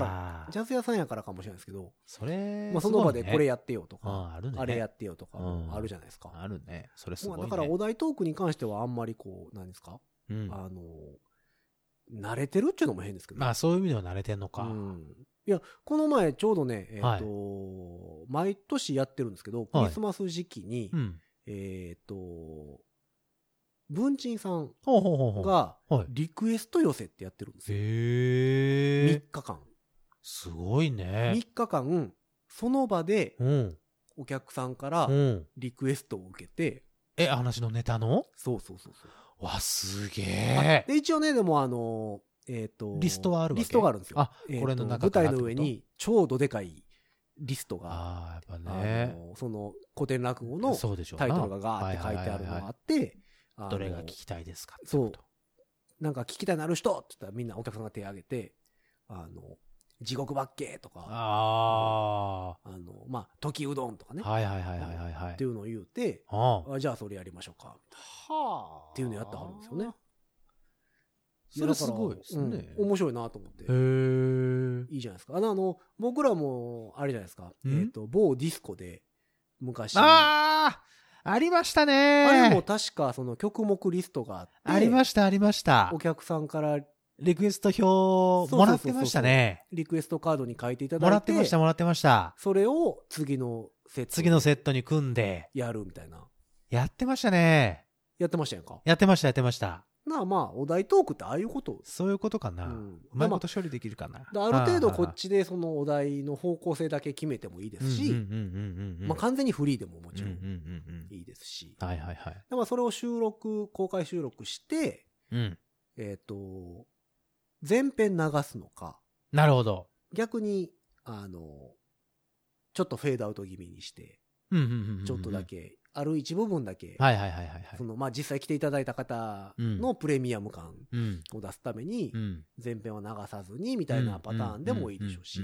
ジャズ屋さんやからかもしれないですけど、 それ、 まあその場でこれやってよとか、 あ, あ, るね、 あれやってよとかあるじゃないですか。 あるね。それすごいね。 だからお題トークに関してはあんまりこう、何ですか、うん、あの、慣れてるっていうのも変ですけど、 まあそういう意味では慣れてんのか。うん、 いや、この前ちょうどね、えっ、ー、と、はい、毎年やってるんですけど、クリスマス時期に、はい、えっ、ー、と、文鎮さんがリクエスト寄せってやってるんですよ。へー。みっかかん。 すごいね。 みっかかん、その場でお客さんからリクエストを受けて。 うん、え、話のネタの？ そうそうそうそう。 わ、すげえ。 で、一応ね、でもあの、えっ、ー、と、 リストはあるわけ？ リストがあるんですよ。 あ、これの中から。舞台の上に超どでかいリストが、 ああ、やっぱね。 あの、その古典落語のタイトルがガーって書いてあるのがあって、 どれが聞きたいですか？ そう。なんか聞きたいなる人って言ったらみんなお客さんが手を挙げて、あの、地獄ばっけとか、ああ、あの、まあ、時うどんとかね。 はいはいはいはいはい、はい。 っていうのを言うて、ああじゃあそれやりましょうか。はあ。っていうのやってはるんですよね。 それすごいですね、 うん。面白いなと思って。へー。いいじゃないですか。あの、あの僕らも、あれじゃないですか。えっ、ー、と、某ディスコで、昔。 ああありましたね。 あれも確かその曲目リストがあって。 ありましたありました。 お客さんからリクエスト表もらってましたね。 リクエストカードに書いていただいて。 もらってましたもらってました。 それを次のセット。 次のセットに組んで。 やるみたいな。 やってましたね。 やってましたやんか。 やってましたやってました。 なあまあ、お題トークってああいうこと。 そういうことかな。うん、うまいこと処理できるかな。 ある程度こっちでそのお題の方向性だけ決めてもいいですし、まあ完全にフリーでももちろんいいですし。 はいはいはい。 だからそれを収録、公開収録して、うん、えっと、全編流すのか。 なるほど。 逆に、あの、ちょっとフェードアウト気味にして、ちょっとだけ、ある一部分だけ、 はいはいはいはい。 その、まあ、実際来ていただいた方のプレミアム感を出すために、前編は流さずに、みたいなパターンでもいいでしょうし、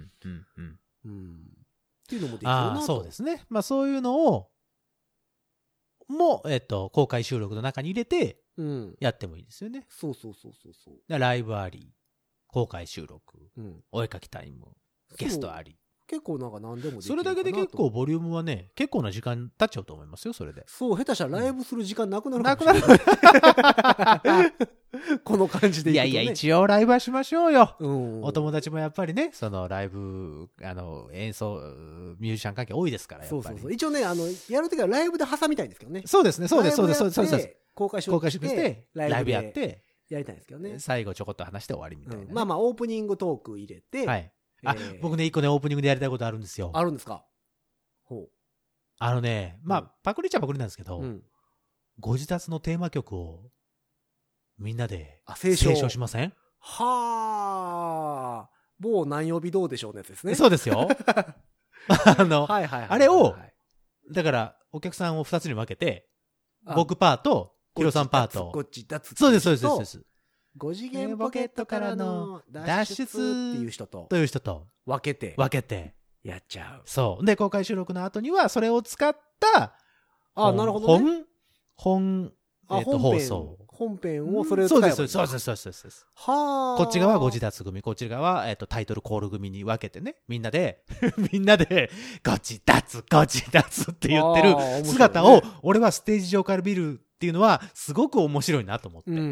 っていうのもできるなと。 そうですね。まあ、そういうのを、も、えっと、公開収録の中に入れて、やってもいいですよね。 そうそうそうそうそう。 ライブあり、公開収録、お絵描きタイム、ゲストあり。 結構なんか何でもできるかなと。 それだけで結構ボリュームはね、結構な時間経っちゃうと思いますよ、それで。 そう、下手したらライブする時間なくなるかもしれない。なくなる。この感じでいくとね。 いやいや、一応ライブはしましょうよ。うん、お友達もやっぱりね、そのライブ、あの、演奏、ミュージシャン関係多いですから、やっぱり。そうそうそう。 一応ね、あの、やるときはライブで挟みたいんですけどね。 そうですね、そうです、そうです、そうです。 公開収録して、 ライブやって、 やりたいんですけどね。 最後ちょこっと話して終わりみたいな、ねうん。まあまあ、オープニングトーク入れて、 はい。あ、えー、僕ね、一個ね、オープニングでやりたいことあるんですよ。 あるんですか？ほう。 あのね、まあ、うん、パクリっちゃパクリなんですけど、うん、ご自宅のテーマ曲をみんなで斉唱しません？ はあ。某何曜日どうでしょうのやつですね。 そうですよ。あの、はいはいはいはい、あれを、だから、お客さんを二つに分けて、僕パート、ヒロさんパート。 ごっち立つ。 そうです、そうです、そうです。 ご次元ポケットからの脱出っていう人と、 という人と、 分けて、 分けて、 やっちゃう。 そう。で、公開収録の後には、それを使った、 あ、なるほどね。 本、本、えっと、放送。 本編をそれを使えばいい。 そうです、そうです、そうです、そうです。はあ。こっち側はご自立組、こっち側は、えっと、タイトルコール組に分けてね、みんなで、みんなで、ご自立、ご自立って言ってる姿を、俺はステージ上から見るっていうのは、すごく面白いなと思って。うん。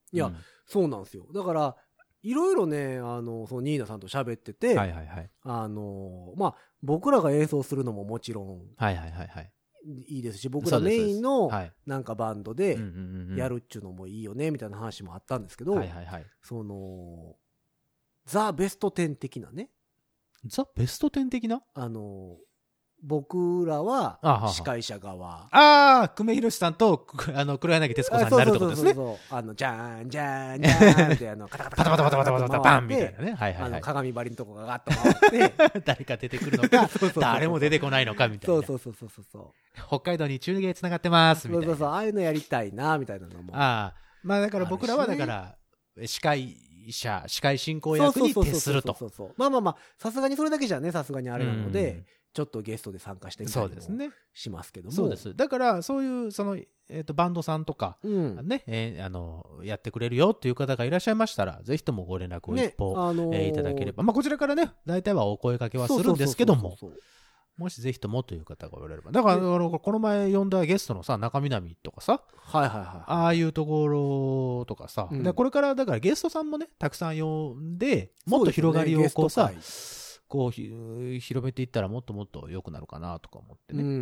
いや、うん、そうなんですよ。だから、いろいろね、あの、そのニーナさんと喋ってて、はいはいはい。あの、まあ、僕らが演奏するのももちろん、はいはいはいはい。いいですし、僕らメインの、なんかバンドで、やるっちゅうのもいいよね、みたいな話もあったんですけど、はいはいはい。その、ザ・ベストテン的なね。 ザ・ベストテン的なあの、僕らは司会者側。 ああ、久米宏さんと、あの、黒柳徹子さんになるってことですね。そうそうそうそう。あの、じゃーん、じゃーん、じゃーんって、あの、カタカタパタパタパタパタパタパタバンみたいなね。はいはいはい。あの、 鏡張りのとこがガッと回って。 誰か出てくるのか、誰も出てこないのかみたいな。 そうそうそうそうそう。 北海道に中継繋がってますみたいな。 そうそうそう。ああいうのやりたいな、みたいなのも。 ああ。まあだから僕らはだから、司会者、司会進行役に徹すると。 そうそうそう。まあまあまあ、さすがにそれだけじゃね、さすがにあれなので、ちょっとゲストで参加してみたりもしますけども。 そうです。だから、そういう、その、えっと、バンドさんとか、ね、えあの、やってくれるよっていう方がいらっしゃいましたら、ぜひともご連絡を一報、えいただければ。まあ、こちらからね、大体はお声掛けはするんですけども、もしぜひともという方がおられれば。だから、この前呼んだゲストのさ、中南とかさ、はいはいはい。ああいうところとかさ、でこれから、だからゲストさんもね、たくさん呼んで、もっと広がりをこうさ、こうひ広めていったらもっともっと良くなるかなとか思ってね。うん。うん、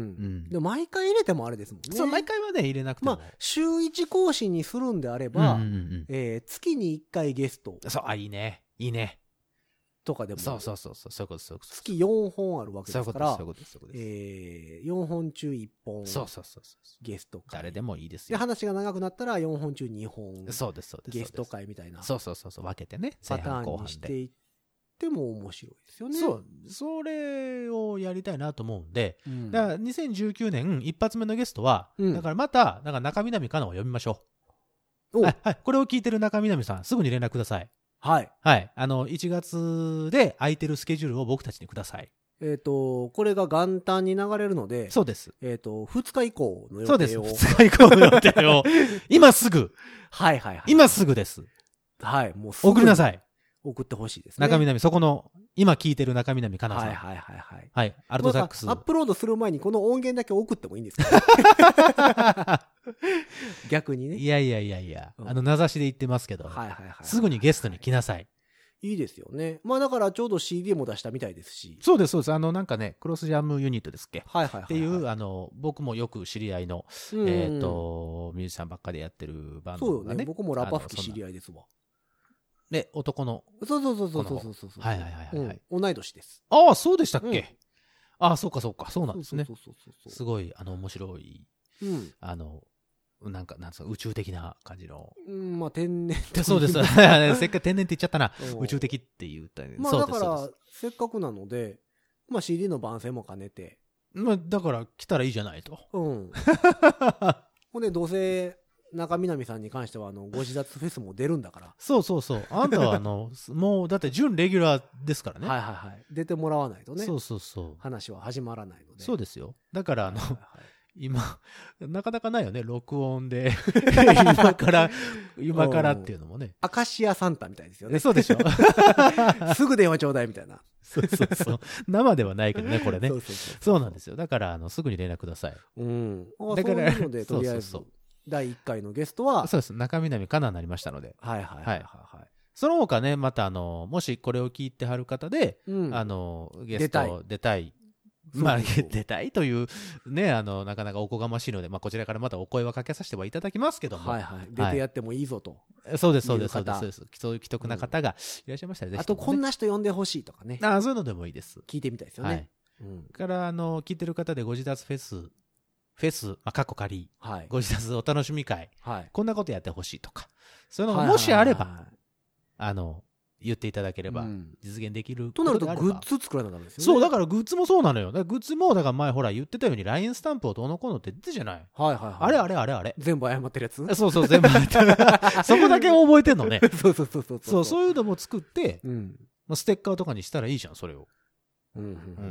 でも毎回入れてもあれですもんね。 そう、毎回はね、入れなくても。 まあ、週一更新にするんであれば、うんうんうん、えー、月にいっかいゲスト。 そう、あ、いいね。いいね。 とかでも。 そうそうそうそう、そういうこと、そういうこと。 月よんほんあるわけですから、 そういうことです、そういうことです。 えー、よんほん中いっぽん。 そうそうそうそう。 ゲスト会。 誰でもいいですよ。 で、話が長くなったらよんほん中にほん。 そうです、そうです。 ゲスト会みたいな。 そうそうそうそう、分けてね。 パターンにしていって。でも面白いですよね。 そう。それをやりたいなと思うんで、うん、だからにせんじゅうきゅうねん一発目のゲストは、うん、だからまた、なんか中南かなを呼びましょう。はい、はい。これを聞いてる中南さん、すぐに連絡ください。 はい。 はい。あの、いちがつで空いてるスケジュールを僕たちにください。 えっと、これが元旦に流れるので、 そうです。 えっと、ふつか以降の予定を。 そうです。ふつか以降の予定を。今すぐ。 はいはいはい。 今すぐです。 はい。もうすぐ。 送りなさい。 送ってほしいですね。 中南、そこの、今聞いてる中南かなさん。 はいはいはいはい。 はい。アルトサックス。 アップロードする前にこの音源だけ送ってもいいんですか逆にね。 いやいやいやいや、うん、あの、名指しで言ってますけど、はいはいはい。すぐにゲストに来なさい。 いいですよね。まあだからちょうど シーディー も出したみたいですし。 そうですそうです。あのなんかね、クロスジャムユニットですっけ。 はいはいはい、はい。 っていう、あの、僕もよく知り合いの、うん、えっ、ー、と、ミュージシャンばっかでやってるバンドがね。 そうよね。僕もラパ吹き知り合いですわ。 で、男の。 そうそうそうそうそうそうそう。 はいはいはいはい、 うん。同い年です。 ああ、そうでしたっけ、うん、ああ、そうかそうか。そうなんですね。 そうそうそうそう。 すごい、あの、面白い。うん。あの、なんか、なんつうか、宇宙的な感じの。 うん、まあ、天然。 そうです。せっかく天然って言っちゃったな。宇宙的って言ったね。 まあ、だから、せっかくなので、まあ、シーディー の番宣も兼ねて。 まあ、だから、来たらいいじゃないと。 うん。ほんで、どうせ、中南さんに関しては、あの、ご自殺フェスも出るんだから。 そうそうそう。あんたは、あの、もう、だって、準レギュラーですからね。 はいはいはい。出てもらわないとね。 そうそうそう。 話は始まらないので。 そうですよ。だから、あの、はいはいはい、今、なかなかないよね、録音で。今から、今からっていうのもね。 アカシアサンタみたいですよね。 そうでしょ。 すぐ電話ちょうだいみたいな。 そうそうそう。生ではないけどね、これね。そうそうそう。そうなんですよ。だから、あの、すぐに連絡ください。 うん。だから、そういうので、とりあえず、だいいっかいのゲストは、 そうです。中南かなになりましたので。 はいはいはいはい。 その他ね、また、あの、もしこれを聞いてはる方で、あの、ゲスト出たい。まあ、出たいという、ね、あの、なかなかおこがましいので、まあ、こちらからまたお声はかけさせてはいただきますけども。 はいはい。出てやってもいいぞと。 そうです、そうです、そうです、そうです。そういう既得な方がいらっしゃいましたら、ぜひ。 あと、こんな人呼んでほしいとかね。 ああ、そういうのでもいいです。 聞いてみたいですよね。 はい。から、あの、聞いてる方でご自殺フェス、フェス、まあ、過去仮、はい、ご自殺お楽しみ会、はい、こんなことやってほしいとか、そういうのがもしあれば、あの、言っていただければ、実現できるとなると、グッズ作らなきゃダメですよね。 そう、だからグッズもそうなのよ。だからグッズも、だから前ほら言ってたように、ライン スタンプをどうのこうのって言ってたじゃない。 はいはいはい。 あれあれあれあれ。 全部謝ってるやつそうそう、全部謝ってる。そこだけ覚えてんのね。 そうそうそうそう。 そう、そういうのも作って、うん、ステッカーとかにしたらいいじゃん、それを。うんうんうんうんうんうん。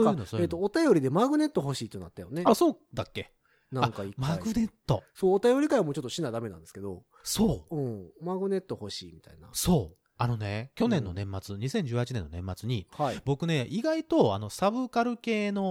なんか、えっと、お便りでマグネット欲しいとなったよね。 あ、そうだっけ。 なんか一回。 マグネット。 そう、お便り会もちょっとしなダメなんですけど。 そう。 うん。マグネット欲しいみたいな。 そう。あのね、去年の年末、うん、にせんじゅうはちねんの年末に、はい、僕ね、意外と、あの、サブカル系の、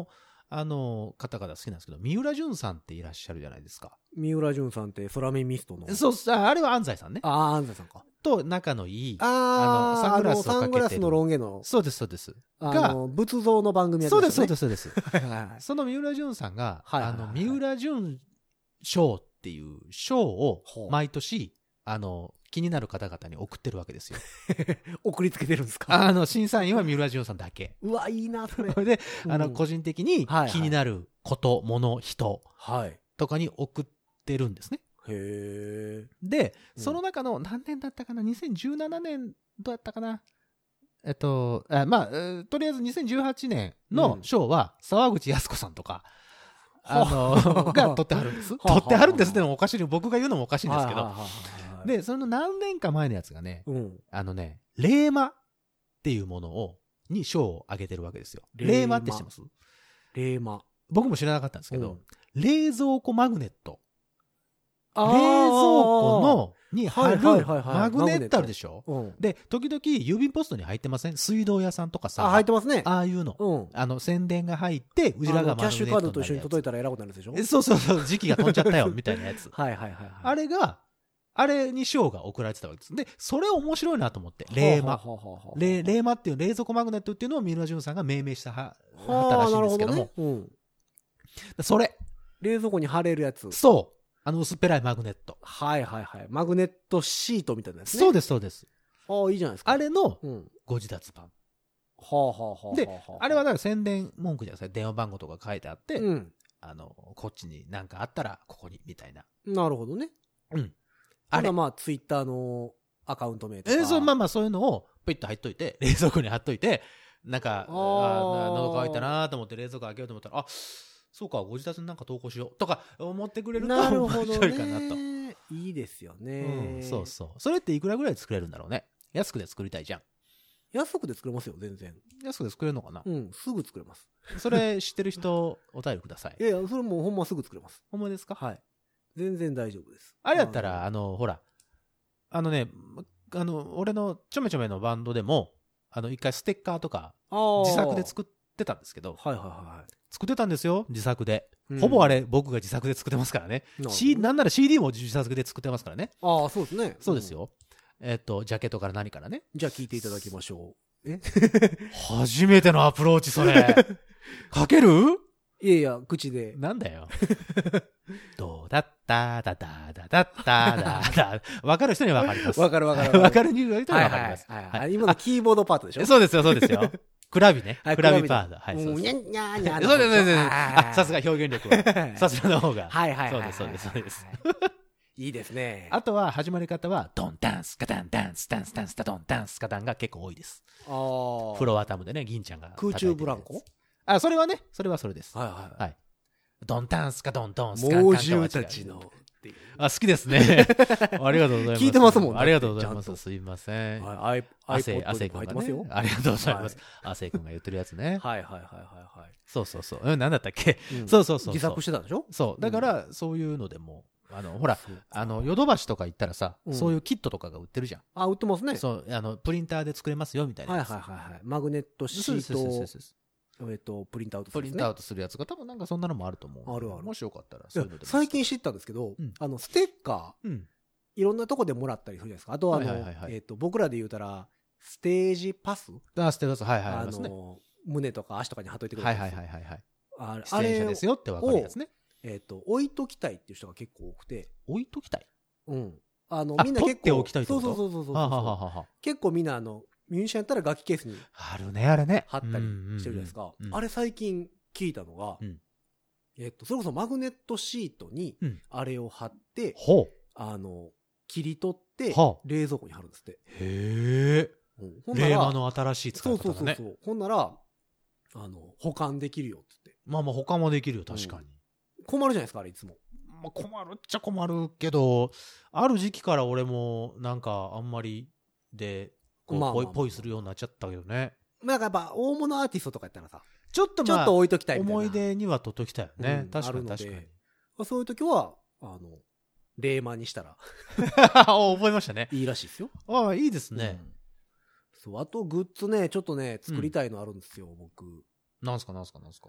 あの、方々好きなんですけど、三浦淳さんっていらっしゃるじゃないですか。 三浦淳さんって空耳ミストの。 そう、あれは安西さんね。 ああ、安西さんか。 と仲のいい、 ああ、 あの、サングラスをかけてる。 サングラスのロン毛の。 そうです、そうです。 が、仏像の番組やってますよね。そうです、そうです、そうです。 はいはいはい。 その三浦淳さんが、 はいはいはい、 あの、三浦淳賞っていう賞を毎年、あの、気になる方々に送ってるわけですよ。 送りつけてるんですか？ あの、審査員は三浦淳さんだけ。 うわ、いいな、それ。 で、うん、あの、個人的に気になること、もの、人とかに送ってるんですね。 へー。 で、その中の何年だったかな ?にせんじゅうななねんどうやったかなえっと、あまあ、とりあえずにせんじゅうはちねんの賞は沢口靖子さんとか、あの、が取ってはるんです。取ってはるんですってのもおかしい。僕が言うのもおかしいんですけど。で、その何年か前のやつがね、うん、あのね、レーマっていうものを、に賞をあげてるわけですよ。レーマって知ってます？ レーマ。 僕も知らなかったんですけど、うん、冷蔵庫マグネット。冷蔵庫の、に貼るマグネットあるでしょ、うん、で、時々郵便ポストに入ってません？水道屋さんとかさ。 あ、入ってますね。 ああいうの。うん、あの、宣伝が入って、うちらがマグネットになるやつ。 キャッシュカードと一緒に届いたら偉くなるんでしょ？ そうそうそう、時期が飛んじゃったよ、みたいなやつ。 はいはいはい、はい。 あれが、あれに賞が送られてたわけです。で、それ面白いなと思って。レーマ。レーマっていう冷蔵庫マグネットっていうのを三浦淳さんが命名したは、はったらしいんですけども。どね、うん、それ。 冷蔵庫に貼れるやつ。 そう。あの薄っぺらいマグネット。 はいはいはい。マグネットシートみたいなやつね。 そうです、そうです。 ああ、いいじゃないですか。 あれのご自立版。 はあはあはあ。 で、あれはだから宣伝文句じゃないですか。電話番号とか書いてあって、うん、あの、こっちに何かあったらここに、みたいな。 なるほどね。うん。あれはまあ、ツイッターのアカウント名とか。 えー、そう、まあまあそういうのをピッと入っといて、冷蔵庫に貼っといて、なんか、ああ、喉乾いたなと思って冷蔵庫開けようと思ったら、あ、そうか、ご自宅になんか投稿しようとか思ってくれると面白いかなと。 いいですよね、 うん。そうそう。それっていくらぐらいで作れるんだろうね。安くで作りたいじゃん。 安くで作れますよ、全然。 安くで作れるのかな？ うん、すぐ作れます。 それ知ってる人、お便りください。 いやいや、それもうほんますぐ作れます。 ほんまですか？ はい。全然大丈夫です。 あれやったら、あの、ほら、あのね、あの、俺のちょめちょめのバンドでも、あの、一回ステッカーとか、自作で作ってたんですけど、 はいはいはい。 作ってたんですよ、自作で。うん、ほぼあれ、僕が自作で作ってますからね。C、なんなら シーディー も自作で作ってますからね。 ああ、そうですね。 そうですよ。うん、えっと、ジャケットから何からね。 じゃあ聞いていただきましょう。え初めてのアプローチ、それ。かける？ いやいや、口で。 なんだよ。どうだっただだだだっただだ。わかる人にはわかります。 わかるわかる。 わかる人にはわかります。 はいはい。今のキーボードパートでしょ？ そうですよ、そうですよ。クラビね。クラビパート。はい、 そうです。にゃんにゃんにゃん。 そうです、そうです。あ、さすが表現力は。さすがの方が。 はいはい。 そうです、そうです、そうです。 いいですね。 あとは、始まり方は、ドンダンスカダンダンスダンスダンスダドンダンスカダンが結構多いです。ああ。フロアタムでね、銀ちゃんが。 空中ブランコ？ あ、それはね、それはそれです。 はいはいはい。ドンタンスかドンドンスカンカン猛獣たちの。 あ、好きですね。ありがとうございます。 聞いてますもんね。 ありがとうございます。すいません。 はい。 亜生、亜生君がね。ありがとうございます。亜生君が言ってるやつね。 はいはいはいはいはい。 そうそうそう。うん、なんだったっけ？そうそうそう。 自作してたでしょ？ そう。だから、そういうのでも、あの、ほら、あの、ヨドバシとか行ったらさ、そういうキットとかが売ってるじゃん。 あ、売ってますね。 そう、あの、プリンターで作れますよ、みたいな。 はいはいはいはい。マグネットシートを。えっと、プリントアウトする、 ね、プリントアウトするやつが多分なんかそんなのもあると思う。 あるある。 もしよかったらそういうので。 最近知ったんですけど、うん、あの、ステッカー、うん、いろんなとこでもらったりするじゃないですか。あとはあの、はいはいはいはい、えっと、僕らで言うたら、ステージパスあ、ステージパス、はいはい、 ありますね。 の、胸とか足とかに貼っといてくれる。 はいはいはいはい、はい。 あれ、 出演者ですよってわかるやつね。 えっと、置いときたいっていう人が結構多くて。 置いときたい？ うん。あの、みんな結構。 取っておきたいってこと？ そうそうそうそうそう。 はははは結構みんなあの、ミュージシャンやったら楽器ケースにあるね、あれね。 貼ったりしてるじゃないですか。あれ最近聞いたのが、うん、えっと、それこそマグネットシートにあれを貼って、うん、あの、切り取って、冷蔵庫に貼るんですって。 へぇー。令和の新しい使い方だね。そうそうそうそう。 ほんなら、あの、保管できるよって言って。 まあまあ保管もできるよ、確かに。 うん、困るじゃないですか、あれいつも。 まあ困るっちゃ困るけど、ある時期から俺もなんかあんまりで、こう、ポイポイするようになっちゃったけどね。 なんかやっぱ、大物アーティストとかやったらさ、 ちょっとまあ、 ちょっと置いときたいみたいな。 思い出には取っときたいよね。うん、確かに確かに。 そういう時は、あの、レーマンにしたら。 覚えましたね。 いいらしいですよ。 ああ、いいですね、うん。 そう、あとグッズね、ちょっとね、作りたいのあるんですよ、うん、僕。 なんすかなんすかなんすか。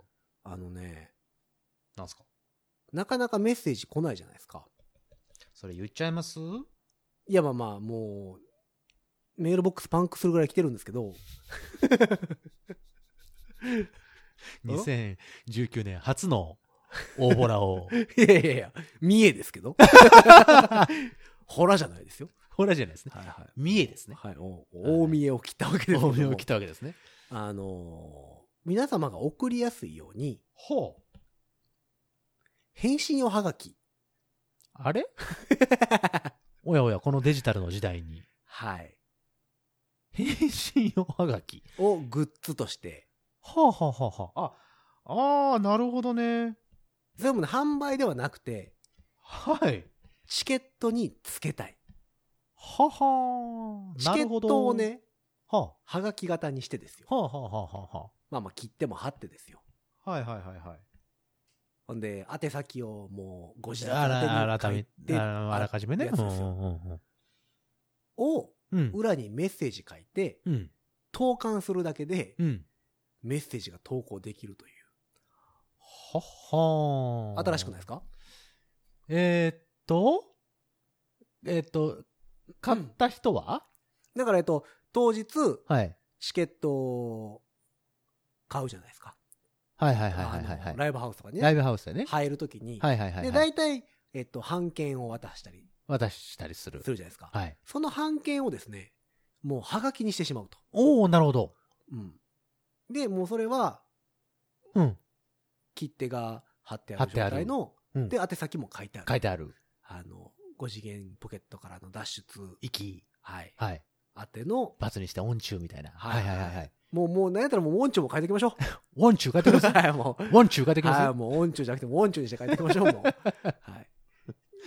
あのね。 なんすか？ なかなかメッセージ来ないじゃないですか。 それ言っちゃいます？ いや、まあまあ、もう、メールボックスパンクするぐらい来てるんですけど。 にせんじゅうきゅうねん初の大ボラを。 いやいやいや、三重ですけど。ホラじゃないですよ。 ホラじゃないですね。 はいはい。 三重ですね。 はい。大三重を切ったわけですけど。 大三重を切ったわけですね。 あのー、皆様が送りやすいように、 ほう。 返信用はがき。 あれおやおや、このデジタルの時代に。 はい。 返信用はがき。 をグッズとして。 はあはあはあはあ。あ、あー、なるほどね。 それもね、販売ではなくて、 はい。 チケットにつけたい。 ははー。 チケットをね、 はあ、はがき型にしてですよ。 はあはあはあはあ。 まあまあ切っても貼ってですよ。 はいはいはいはい。 ほんで、宛先をもうご自宅宛てに書いて、あらかじめね。 やつですよ。を、裏にメッセージ書いて、うん、投函するだけで、うん、メッセージが投稿できるという。 ははー。 新しくないですか？ えー、っと、えー、っと、買った人は、 うん、だから、えっと、当日、 はい、 チケットを買うじゃないですか。 はいはいはいはいはい。 ライブハウスとかね。 ライブハウスでね。 入るときに。 はいはいはい、はい。 で、大体、えっと、半券を渡したり。 渡したりする。 するじゃないですか。 はい。 その半券をですね、もうはがきにしてしまうと。 おー、なるほど。 うん。で、もうそれは、 うん。 切手が貼ってある状態の、うん、で、宛先も書いてある。 書いてある。 あの、ご次元ポケットからの脱出。 行き。 はい。 はい。 宛ての。 罰にして音中みたいな。はいはいはいはい。 もう、もう、なんやったらもう音中も書いていきましょう。音中書いてください。はい、もう。音中書いてください。 はい、もう音中じゃなくても音中にして書いていきましょう、もう。はい。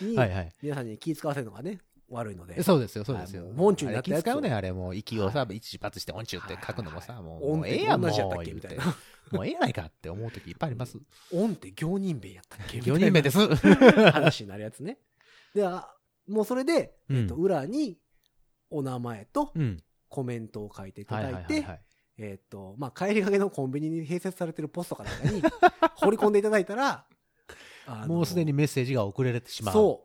に、はいはい。皆さんに気使わせるのがね、悪いので。 そうですよ、そうですよ。 音中になったやつ。 気使うね、あれ。もう、息をさ、一発して音中って書くのもさ、もう、 音って同じやったっけみたいな。 もうええやないかって思うときいっぱいあります。 音って行人弁やったっけ行人弁です。 話になるやつね。で、もうそれで、えっと、裏に、お名前と、コメントを書いていただいて、えっと、まあ、帰りがけのコンビニに併設されてるポストかなんかに、掘り込んでいただいたら、 もうすでにメッセージが送られてしまう。 そう。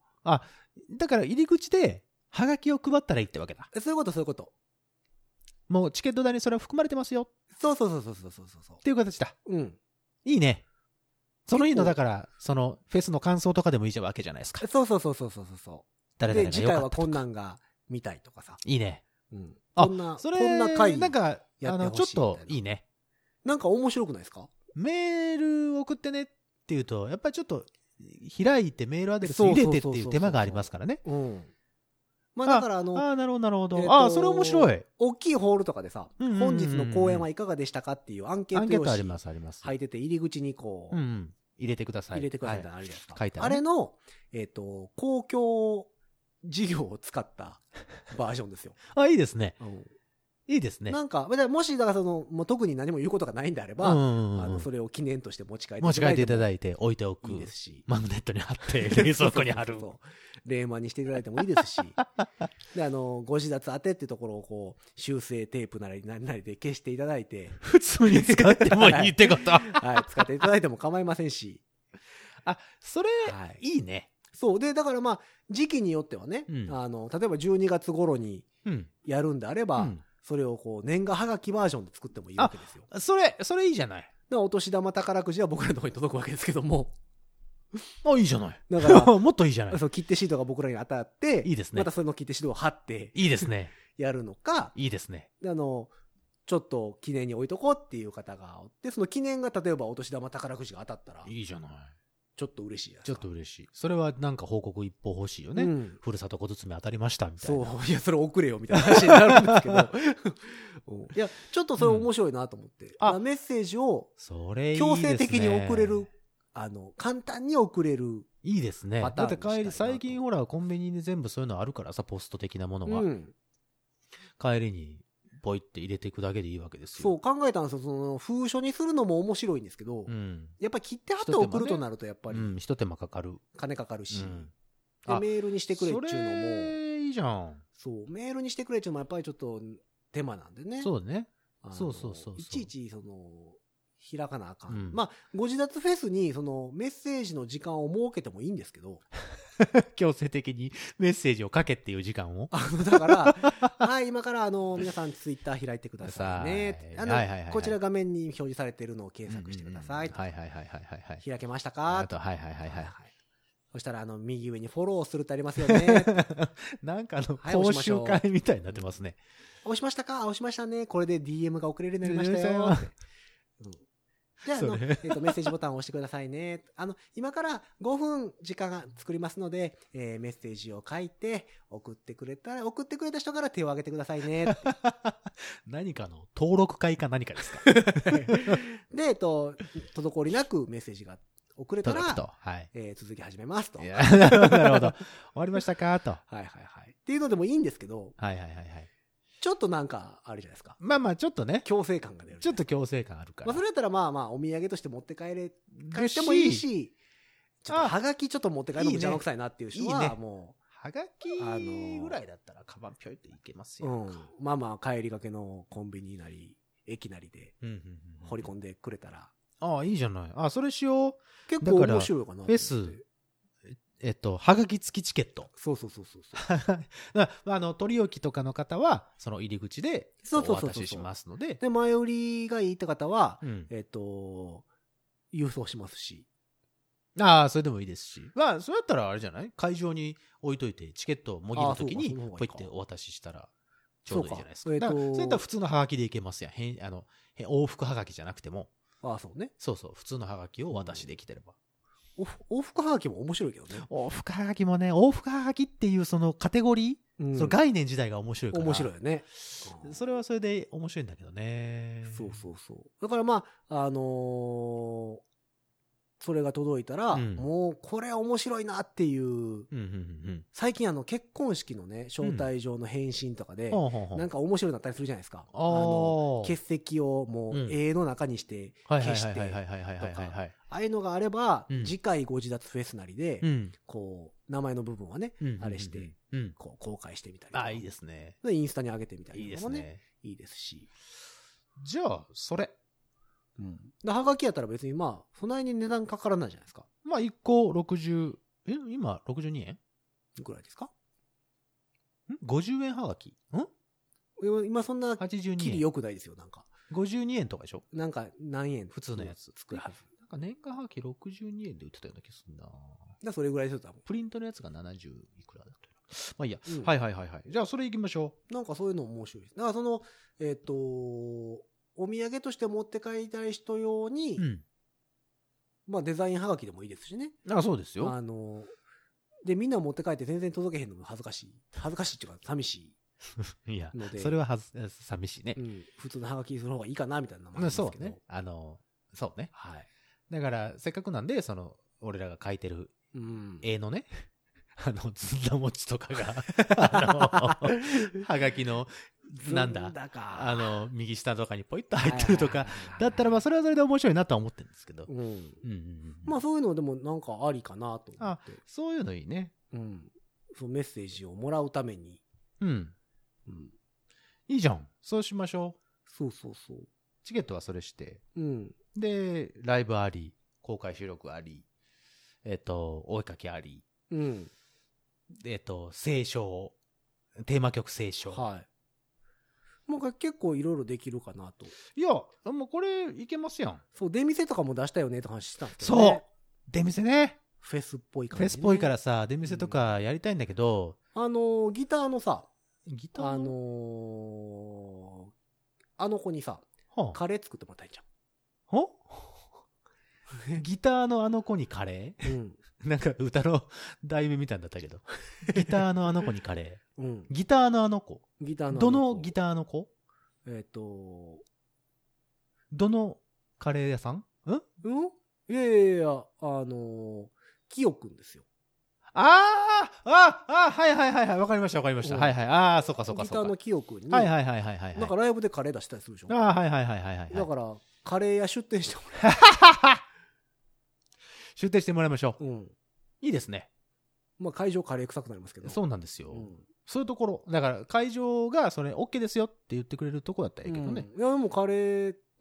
あ、だから入り口で、ハガキを配ったらいいってわけだ。 そういうこと、そういうこと。 もうチケット代にそれは含まれてますよ。 そうそうそうそうそうそうそう。 っていう形だ。 うん。 いいね。そのいいのだから、その、フェスの感想とかでもいいわけじゃないですか。 そうそうそうそうそうそう。 誰々がで、次回はこんなんが見たいとかさ。 いいね。 うん。 あ、 こんな、 それ、 こんな回なんか、あの、ちょっといいね。 なんか面白くないですか？ メール送ってねっていうと、やっぱりちょっと、開いてメールアドレス入れてっていう手間がありますからね。 うん。まあだからあの、 ああ、なるほど、なるほど。えー、ああ、それ面白い。 大きいホールとかでさ、うんうんうんうん、本日の公演はいかがでしたかっていうアンケート用紙。 あります、あります。 入ってて入り口にこう、 うんうん、入れてください。 入れてくださいってあるじゃないですか。 書いてある、 あれの、えっと、公共事業を使ったバージョンですよ。 あ、いいですね。 うんいいですね。 なんか、もし、だからその、もう特に何も言うことがないんであれば、うんうんうん、あの、それを記念として持ち帰っていただいて。 持ち帰っていただいて、置いておく。 いいですし。 マグネットに貼って、冷蔵庫に貼る。 そう。冷マにしていただいてもいいですし。で、あの、ご自立当てってところをこう、修正テープなり何なりで消していただいて。 普通に使ってもいいってことはい、はい。使っていただいても構いませんし。 あ、それ、はい、いいね。 そう。で、だからまあ、時期によってはね、うん、あの、例えばじゅうにがつ頃にやるんであれば、うんうんそれをこう年賀はがきバージョンで作ってもいいわけですよ。 それ、それいいじゃない。 だお年玉宝くじは僕らのところに届くわけですけども。 あ、いいじゃない。 だから、 もっといいじゃない。 そう、切手シートが僕らに当たって、 いいですね。 またその切手シートを貼って、 いいですね。 やるのか、 いいですね。 で、あの、ちょっと記念に置いとこうっていう方がおって、その記念が例えばお年玉宝くじが当たったら、 いいじゃない。 ちょっと嬉しいやつ。 ちょっと嬉しい。それはなんか報告一報欲しいよね。うん、ふるさと小包当たりましたみたいな。 そう。いや、それ送れよみたいな話になるんですけど。いや、ちょっとそれ面白いなと思って。うん、あメッセージを、 それいいですね。 強制的に送れる、あの、簡単に送れる。 いいですね。だって帰り、最近ほら、コンビニに全部そういうのあるからさ、ポスト的なものは。うん、帰りに、ポイって入れていくだけでいいわけですよ。 そう考えたんですよ。その封書にするのも面白いんですけど、うん、やっぱり切って貼って送るとなるとやっぱり、 うん、一手間かかる。 金かかるし、うん、でメールにしてくれっていうのも、 それいいじゃん。 そうメールにしてくれっていうのもやっぱりちょっと手間なんでね。 そうね。そうそうそうそう。 いちいちその開かなあかん。うん、まあ、ご自立フェスに、その、メッセージの時間を設けてもいいんですけど。 強制的にメッセージを書けっていう時間をあの、だから、はい、今から、あの、皆さんツイッター開いてくださいね。あの、はいはいはいはい、こちら画面に表示されているのを検索してください。 はいはいはいはいはい。 開けましたかあと、はいはいはいはい。 そしたら、あの、右上にフォローするってありますよね。 なんかあの、講習会みたいになってますね。 押しましたか押しましたね。これで ディーエム が送れるようになりましたよ。うん、じゃあ、あの、えっと、メッセージボタンを押してくださいね。あの、今からごふん時間が作りますので、えー、メッセージを書いて、送ってくれたら、送ってくれた人から手を挙げてくださいね。 何かの登録会か何かですかで、えっと、滞りなくメッセージが送れたら、はい、えー、続き始めますと。 いやなるほど、なるほど。終わりましたかと。 はいはいはい。っていうのでもいいんですけど、 はいはいはいはい。 ちょっとなんか、あるじゃないですか。 まあまあ、ちょっとね。 強制感が出る。 ちょっと強制感あるから。 まあ、それだったらまあまあ、お土産として持って帰れ、帰ってもいいし、ちょっとはがきちょっと持って帰るのも邪魔くさいなっていう人は、もう、 はがきぐらいだったら、カバンぴょいっていけますよ。 うん。まあまあ、帰りがけのコンビニなり、駅なりで、掘り込んでくれたら。 ああ、いいじゃない。あ、それしよう。 結構面白いかな。 フェス。えっと、はがき付きチケット。 そうそうそうそう。 あの、取り置きとかの方は、その入り口でお渡ししますので。 で、前売りがいいって方は、うん、えっと、郵送しますし。 ああ、それでもいいですし。まあ、そうやったらあれじゃない会場に置いといて、チケットをもぎるときに、ポイってお渡ししたら、ちょうどいいじゃないですか。そうか。えー、そうやったら普通のはがきでいけますやん。へん、あの、往復はがきじゃなくても。 ああ、そうね。 そうそう。普通のはがきをお渡しできてれば。 往復はがきも面白いけどね。 往復はがきもね、往復はがきっていうそのカテゴリー、うん、その概念自体が面白いから。 面白いよね。 それはそれで面白いんだけどね。 そうそうそう。だからまあ、あのー、それが届いたら、うん、もうこれ面白いなっていう、うんうんうん、最近あの結婚式のね、招待状の返信とかで、うん、なんか面白いなったりするじゃないですか。あの欠席をもう絵の中にして消してとか、ああいうのがあれば、うん、次回ご自立フェスなりで、うん、こう、名前の部分はね、うん、あれして、うん、こう公開してみたりとか。 あ、いいですね。 で、インスタに上げてみたりとかもね、いいですね。いいですし。 じゃあ、それ。 うん。で、はがきやったら別にまあ、そんなに値段かからないじゃないですか。 まあ、いっころくじゅう、え、今ろくじゅうにえんぐらいですか？ん ? ごじゅう 円はがきん今そんな、はちじゅうにえん。きり良くないですよ、なんか。 ごじゅうにえんとかでしょ？ なんか、何円普通のやつ。 作るはず。 なんか年間はがきろくじゅうにえんで売ってたような気するな。 だそれぐらいですよ、多分。 プリントのやつがななじゅういくらだったよ。まあいいや、うん。はいはいはいはい。じゃあそれ行きましょう。なんかそういうの面白いです。だからその、えっ、ー、と、お土産として持って帰りたい人用に、うん、まあデザインはがきでもいいですしね。 あ、そうですよ。 あの、で、みんな持って帰って全然届けへんのも恥ずかしい。恥ずかしいっていうか寂しい。 いや、それははず、寂しいね。 うん。普通のハガキする方がいいかな、みたいなのもありますけど。 そうね。あの、そうね。 はい。 だから、せっかくなんで、その、俺らが書いてる、うん、絵のね、あの、ずんだ餅とかが、あの、はがきの、なんだ、あの、右下とかにポイッと入ってるとか、だったらまあ、それはそれで面白いなとは思ってるんですけど。うん。うんうんうん、 まあ、そういうのでもなんかありかなと思って。あ、 そういうのいいね。 うん。そのメッセージをもらうために。 うん。うん。いいじゃん。そうしましょう。そうそうそう。 チケットはそれして。 うん。 で、ライブあり、公開収録あり、えっと、お絵かきあり。 うん。 えっと、聖書、テーマ曲聖書。 はい。もう結構いろいろできるかなと。 いや、もうこれいけますやん。 そう、出店とかも出したよねって話してたんですけどね。そう出店ね。 フェスっぽい感じ、ね。フェスっぽいからさ、出店とかやりたいんだけど。 うん、あのー、ギターのさ、 ギターのあのー、あの子にさ、はあ、カレー作ってもらったんじゃん。 はギターのあの子にカレー、うん、なんか歌の題名みたいだったけど。ギターのあの子にカレー。うん、ギターのあの子。 ギターのあの子。 どのギターの子？ えっ、ー、と、 どのカレー屋さん？ん？ うん？いやいやいや、あのー、キヨくんですよ。 ああああはいはいはいはい。わかりましたわかりました。はいはい。ああ、そうかそうかそうか。 ギターのキヨくんに。 はいはいはいはいはい。 なんかライブでカレー出したりするでしょ。 ああ、はいはいはいはいはい。 だから、カレー屋出店してもらう。 出店してもらいましょう。 うん。 いいですね。 まあ会場カレー臭くなりますけど。 そうなんですよ。うん、そういうところ。だから会場がそれ OK ですよって言ってくれるとこだったらいいけどね。 うん、いやでもカレー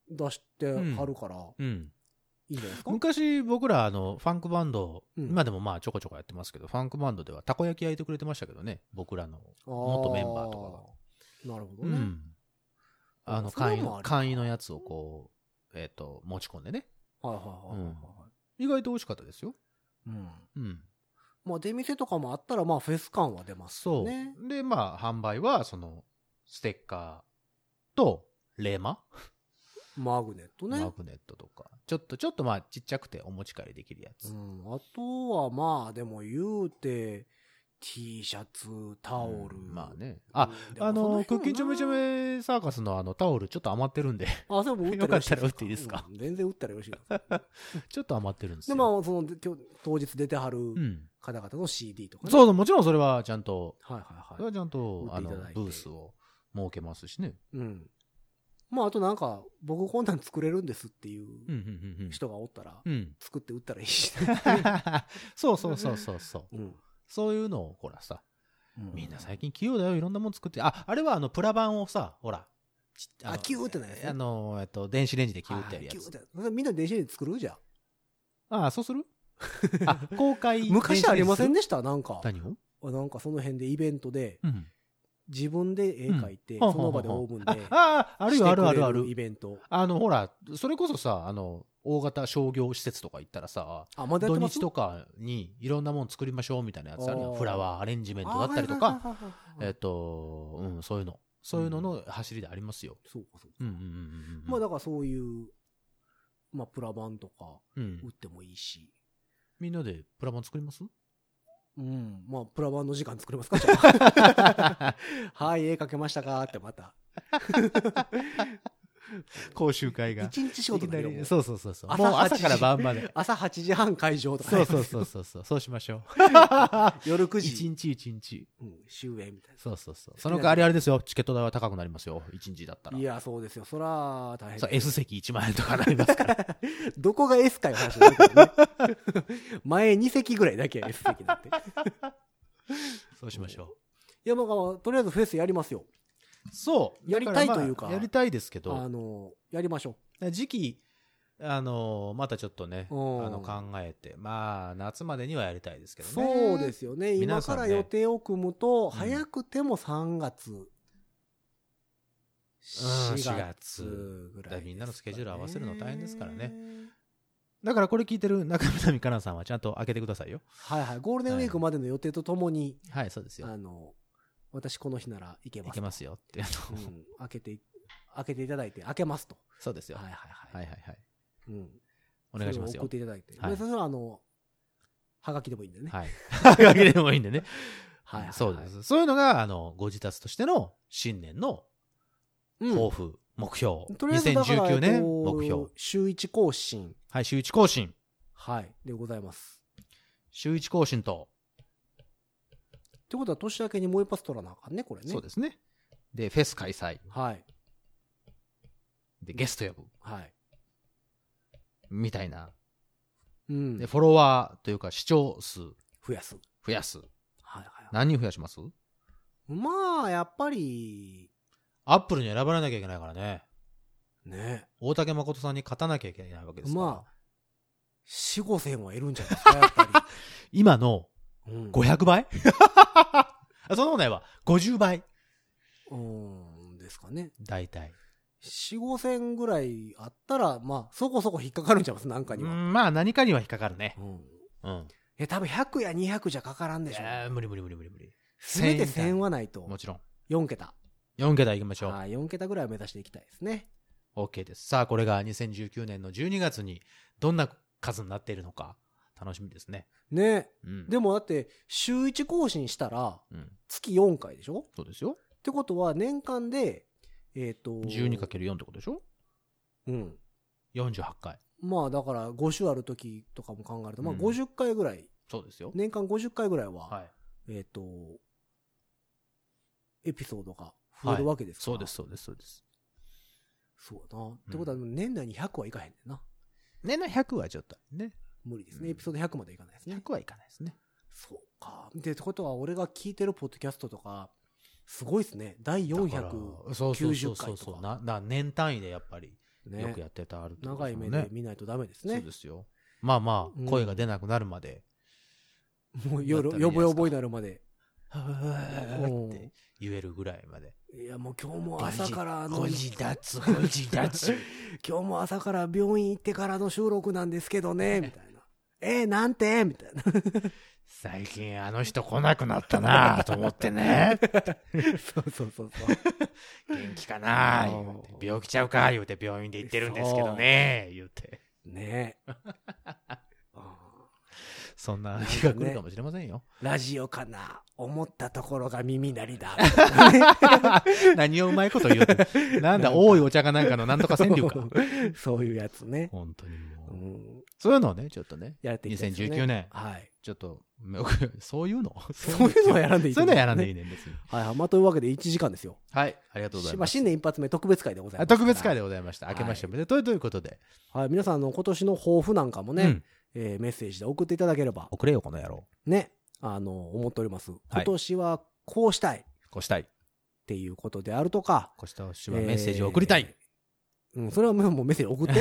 出してはるから、うん。うんいいんじゃないですか。 昔僕らあのファンクバンド、うん、今でもまあちょこちょこやってますけど、ファンクバンドではたこ焼き焼いてくれてましたけどね、僕らの元メンバーとかが。 なるほどね。うん、 あの簡易の簡易のやつをこうえっ、ー、と持ち込んでね。 はいはいはいはい、はいうん、 意外と美味しかったですよ。 うん。うん。まあ出店とかもあったらまあフェス感は出ますよね。 そう。でまあ販売はそのステッカーとレーマ。 マグネットね。 マグネットとか。ちょっと、ちょっとまあちっちゃくてお持ち帰りできるやつ。 うん。あとはまあでも言うて、T シャツ、タオル。うん、 まあね。あ、うん、あの、クッキンちょめちょめサーカスのあのタオルちょっと余ってるんで。 あ、それも売ってるよかったら売っていいですか、 うん、全然売ったらよろしいです。 ちょっと余ってるんですよ。 で、まあその、今日、当日出てはる方々の シーディー とかね、うん。そう、もちろんそれはちゃんと、 はいはいはい。 それはちゃんと、あの、ブースを設けますしね。 うん。まああとなんか僕こんなん作れるんですっていう人がおったら作って売ったらいいし、ね、 そうそうそうそうそう、うん、そういうのをほらさ、うん、みんな最近器用だよいろんなもの作ってああれはあのプラ板をさほらああキューってないやつ、ね、 あのえっと電子レンジでキューってやるやつみんな電子レンジ作るじゃんああそうするあ公開昔ありませんでしたなんか何をなんかその辺でイベントで、 うん自分で絵描いて、うん、その場でオーブンであああるよあるあるあるイベントあのほらそれこそさあの大型商業施設とか行ったらさあ、まだやってます？ 土日とかにいろんなもの作りましょうみたいなやつあるよフラワーアレンジメントだったりとかえっとうんそういうのそういうのの走りでありますよ、 うん、そうかそうか、 うんうんうんうん、 まあだからそういうまあプラ板とか売ってもいいし、 うん、みんなでプラ板作ります？ うん。まあ、プラ板の時間作れますかじゃあ。はい、絵描けましたかってまた。 講習会が。 一日仕事だよ。 そうそうそうそう。もう朝から晩まで。 朝はちじはん会場とか。 そうそうそうそうそう。そうしましょう。 夜くじ。 一日一日。 うん。終演みたいな。 そうそうそう。その代わりあれですよ。チケット代は高くなりますよ。一日だったら。 いや、そうですよ。そら、大変。 そう、S 席いちまんえんとかなりますから。 どこが S かいう話だけどね。前に席ぐらいだけ S 席だって。 そうしましょう。 いや、まあ、とりあえずフェスやりますよ。 そうやりたいというか、 まあ、やりたいですけどあのやりましょう時期あのまたちょっとねあの考えてまあ夏までにはやりたいですけどねそうですよね今から予定を組むと、ね、早くてもさんがつ、うん、しがつぐらい、ね、 だみんなのスケジュール合わせるの大変ですからねだからこれ聞いてる中南香奈さんはちゃんと開けてくださいよはいはいゴールデンウィークまでの予定とともにはい、はい、そうですよあの私この日なら行けます。 行けますよっていうのを、 うん、開けて、開けていただいて、開けますと。 そうですよ。 はいはいはい。 はいはいはい。 うん。 お願いしますよ。 送っていただいて。はい。それはあの、はがきでもいいんでね。 はい。はがきでもいいんでね。 はいはい、はい。 そうです。そういうのが、あの、ご自宅としての新年の抱負、うん、目標。とりあえずにせんじゅうきゅうねん目標。 週一更新。 はい、週一更新。 はい。でございます。 週一更新と、 ってことは年明けにもう一発取らなあかんねこれねそうですねでフェス開催はいでゲスト呼ぶはいみたいな、 うん、 でフォロワーというか視聴数増やす増やすはいはい、はい、 何人増やしますまあやっぱりアップルに選ばれなきゃいけないからねね大竹誠さんに勝たなきゃいけないわけですからまあよん、ごせんは得るんじゃないですかやっぱり今のごひゃくばい、うん、そんなことないわ。ごじゅうばい。 うーん、ですかね。 大体。 よん、ごせんぐらいあったら、まあ、そこそこ引っかかるんちゃいますなんかには。 うん、まあ何かには引っかかるね。 うん。うん。え、多分ひゃくやにひゃくじゃかからんでしょ。 いや無理無理無理無理無理。 せめてせんはないと。 もちろん。 よんけた。 よんけたいきましょう。 はい、よんけたぐらいを目指していきたいですね。 OK です。さあ、これがにせんじゅうきゅうねんのじゅうにがつにどんな数になっているのか。楽しみですね。 ね、うん、でもだって週いち更新したら月よんかいでしょ、うん、 そうですよ。 ってことは年間でえっ、ー、とじゅうにかけるよん ってことでしょ。 うん。 よんじゅうはちかい。 まあだからご週ある時とかも考えると、まあごじゅっかいぐらい、うん、 そうですよ。 年間ごじゅっかいぐらいは、 はい、 えっ、ー、とエピソードが増えるわけですから、 はい、そうですそうですそうです。 そうだな、うん、ってことは年内にひゃくはいかへんねんな。 年内ひゃくはちょっとね。 無理ですね、うん、エピソードひゃくまでいかないですね。 ひゃくはいかないですね。 そうか。で、ってことは俺が聞いてるポッドキャストとかすごいですね。だいよんひゃくきゅうじゅっかいとか。 そうそうそうそうなな年単位でやっぱりね、よくやってたある、ね、 長い目で見ないとダメですね。 そうですよ。まあまあ、声が出なくなるまで。 うん、もう夜、よぼよぼになるまで。 はぁって言えるぐらいまで。 いやもう今日も朝からの。 ごじ脱、ごじ脱。 今日も朝から病院行ってからの収録なんですけどね、みたいな。えー、なんてみたいな。 最近あの人来なくなったなと思ってね。 そうそうそうそう。 元気かな病気ちゃうか言うて病院で行ってるんですけどね言うて。 ねそんな日が来るかもしれませんよ。 ラジオかな思ったところが耳鳴りだ。 何をうまいこと言うて。なんだ、多いお茶かなんかのなんとか川柳か。 そういうやつね。 本当にもう。うん、そういうのをね、ちょっとね。 やっていきたいですね。 にせんじゅうきゅうねん。 はい。 ちょっと、そういうのそういうのはやらんでいい、 そういうのはやらんでいいねん、別に。 はい。まあ、というわけでいちじかんですよ。 はい。ありがとうございます。 新年一発目特別会でございます。 特別会でございました。明けましておめでとうということで。 はい。皆さん、あの、今年の抱負なんかもね、うんえー、メッセージで送っていただければ。 送れよ、この野郎。 ね。あの、思っております。今年はこうしたい。 こうしたい。 っていうことであるとか。 今年はメッセージを送りたい。 えー、うん、それはもうメッセージ送って。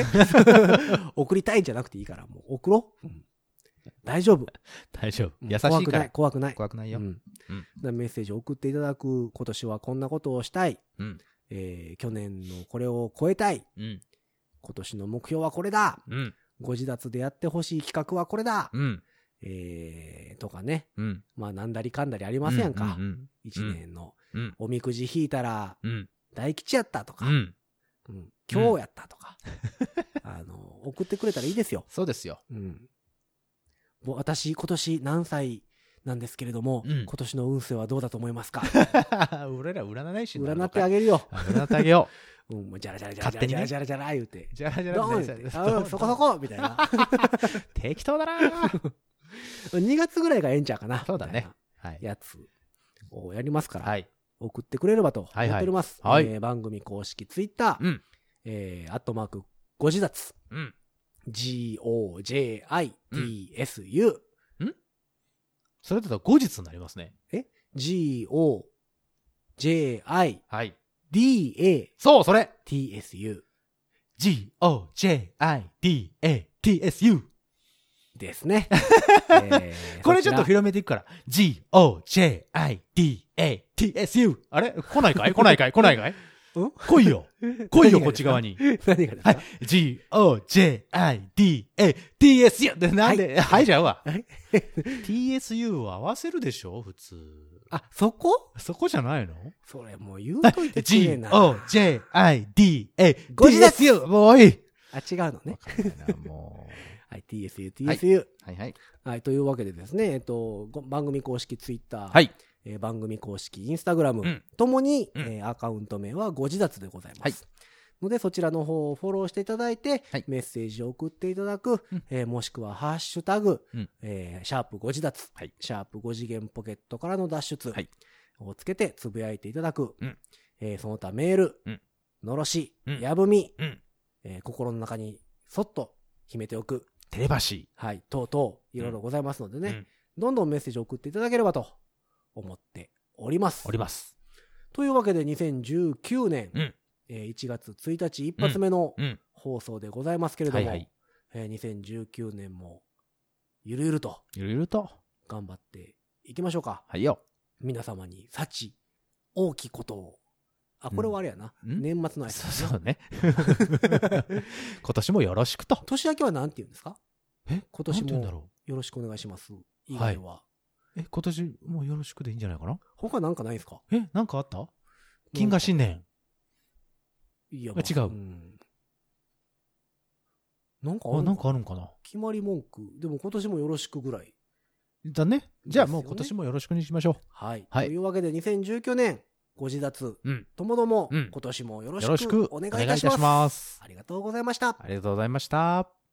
送りたいじゃなくていいから、もう送ろう。うん、大丈夫。 大丈夫。優しいから。 怖くない。 怖くないよ。うんうん、メッセージを送っていただく。今年はこんなことをしたい。 うんえー、去年のこれを超えたい。 うん、 今年の目標はこれだ。 うんご自立でやってほしい企画はこれだ。 うん、 えー、とかね。 うん、 まあ、なんだりかんだりありませんか。一、うんうん、年の、 うん。 おみくじ引いたら、 うん、 大吉やったとか、 うんうん、今日やったとか、うん、あの、送ってくれたらいいですよ。 そうですよ。 うん。私、今年何歳なんですけれども、うん、今年の運勢はどうだと思いますか俺ら占い師占ってあげるよ。 占ってあげよう。 うん、もうじゃらじゃらじゃらじゃらじゃらじゃらじゃら言うて。 じゃらじゃらドーンって。あ、そこそこみたいな。 適当だなにがつぐらいがええんちゃうかな。 そうだね。 はい。やつをやりますから。 はい。 送ってくれればと思っております。 はい。 えー、番組公式ツイッター。 うん。 えー、アットマーク、ご自立。 うん。 ジーオージェーアイティーエスユー。 んそれだと後日になりますね。 え ?ジーオージェーアイ。 はい。 ディーエー。 そう、それティーエスユー。 ジーオージェーアイディーエーティーエスユー。 ですね。えー、これちょっと広めていくから。ジーオージェーアイディーエーティーエスユー。あれ来ないかい来ないかい来ないかいん来いよ。来いよ、こっち側に。 何がですか？ はい。ジーオージェーアイディーエーティーエスユー。で、なんで、はい、じゃうわ。ティーエスユー を合わせるでしょ普通。 あ、そこそこじゃないのそれもう言うといてくれな。 ジーオージェーアイディーエーティーエスユー。もういい。 あ、違うのね。 もう。 はい、ティーエスユー、ティーエスユー。 はい、はい。 はい、というわけでですね、えっと、番組公式ツイッター。 はい。 えー、番組公式インスタグラム、うん、ともに、うんえー、アカウント名はご自立でございます、はい、のでそちらの方をフォローしていただいて、はい、メッセージを送っていただく、うんえー、もしくはハッシュタグ、うんえー、シャープご自立、はい、シャープご次元ポケットからの脱出をつけてつぶやいていただく、うんえー、その他メール、うん、のろし、うん、やぶみ、うんえー、心の中にそっと秘めておくテレパシー、はい、等々いろいろございますのでね、うん、どんどんメッセージを送っていただければと思っております。 おります。 というわけでにせんじゅうきゅうねん、うんえー、いちがつついたち一発目の放送でございますけれども、うんうんはいはいえー、にせんじゅうきゅうねんもゆるゆるとゆるゆると頑張っていきましょうか。 はいよ。 皆様に幸大きいことを。あ、これはあれやな。うん、年末の挨拶、ね。 そうそうね。今年もよろしくと。 年明けは何て言うんですか？ え今年もよろしくお願いします。以外は。はいえ、今年もうよろしくでいいんじゃないかな？ 他なんかないですか？ え、なんかあった？金河新年。 いや、 まあ、違う、うん。 なんかあるのかな？ あ、なんかあるんかな？ 決まり文句。でも今年もよろしくぐらい。 だね。じゃあもう今年もよろしくにしましょう。 はい。はい、というわけでにせんじゅうきゅうねんご自立、うん、ともども、うん、今年もよろしくお願いいたします。 お願いいたします。 ありがとうございました。 ありがとうございました。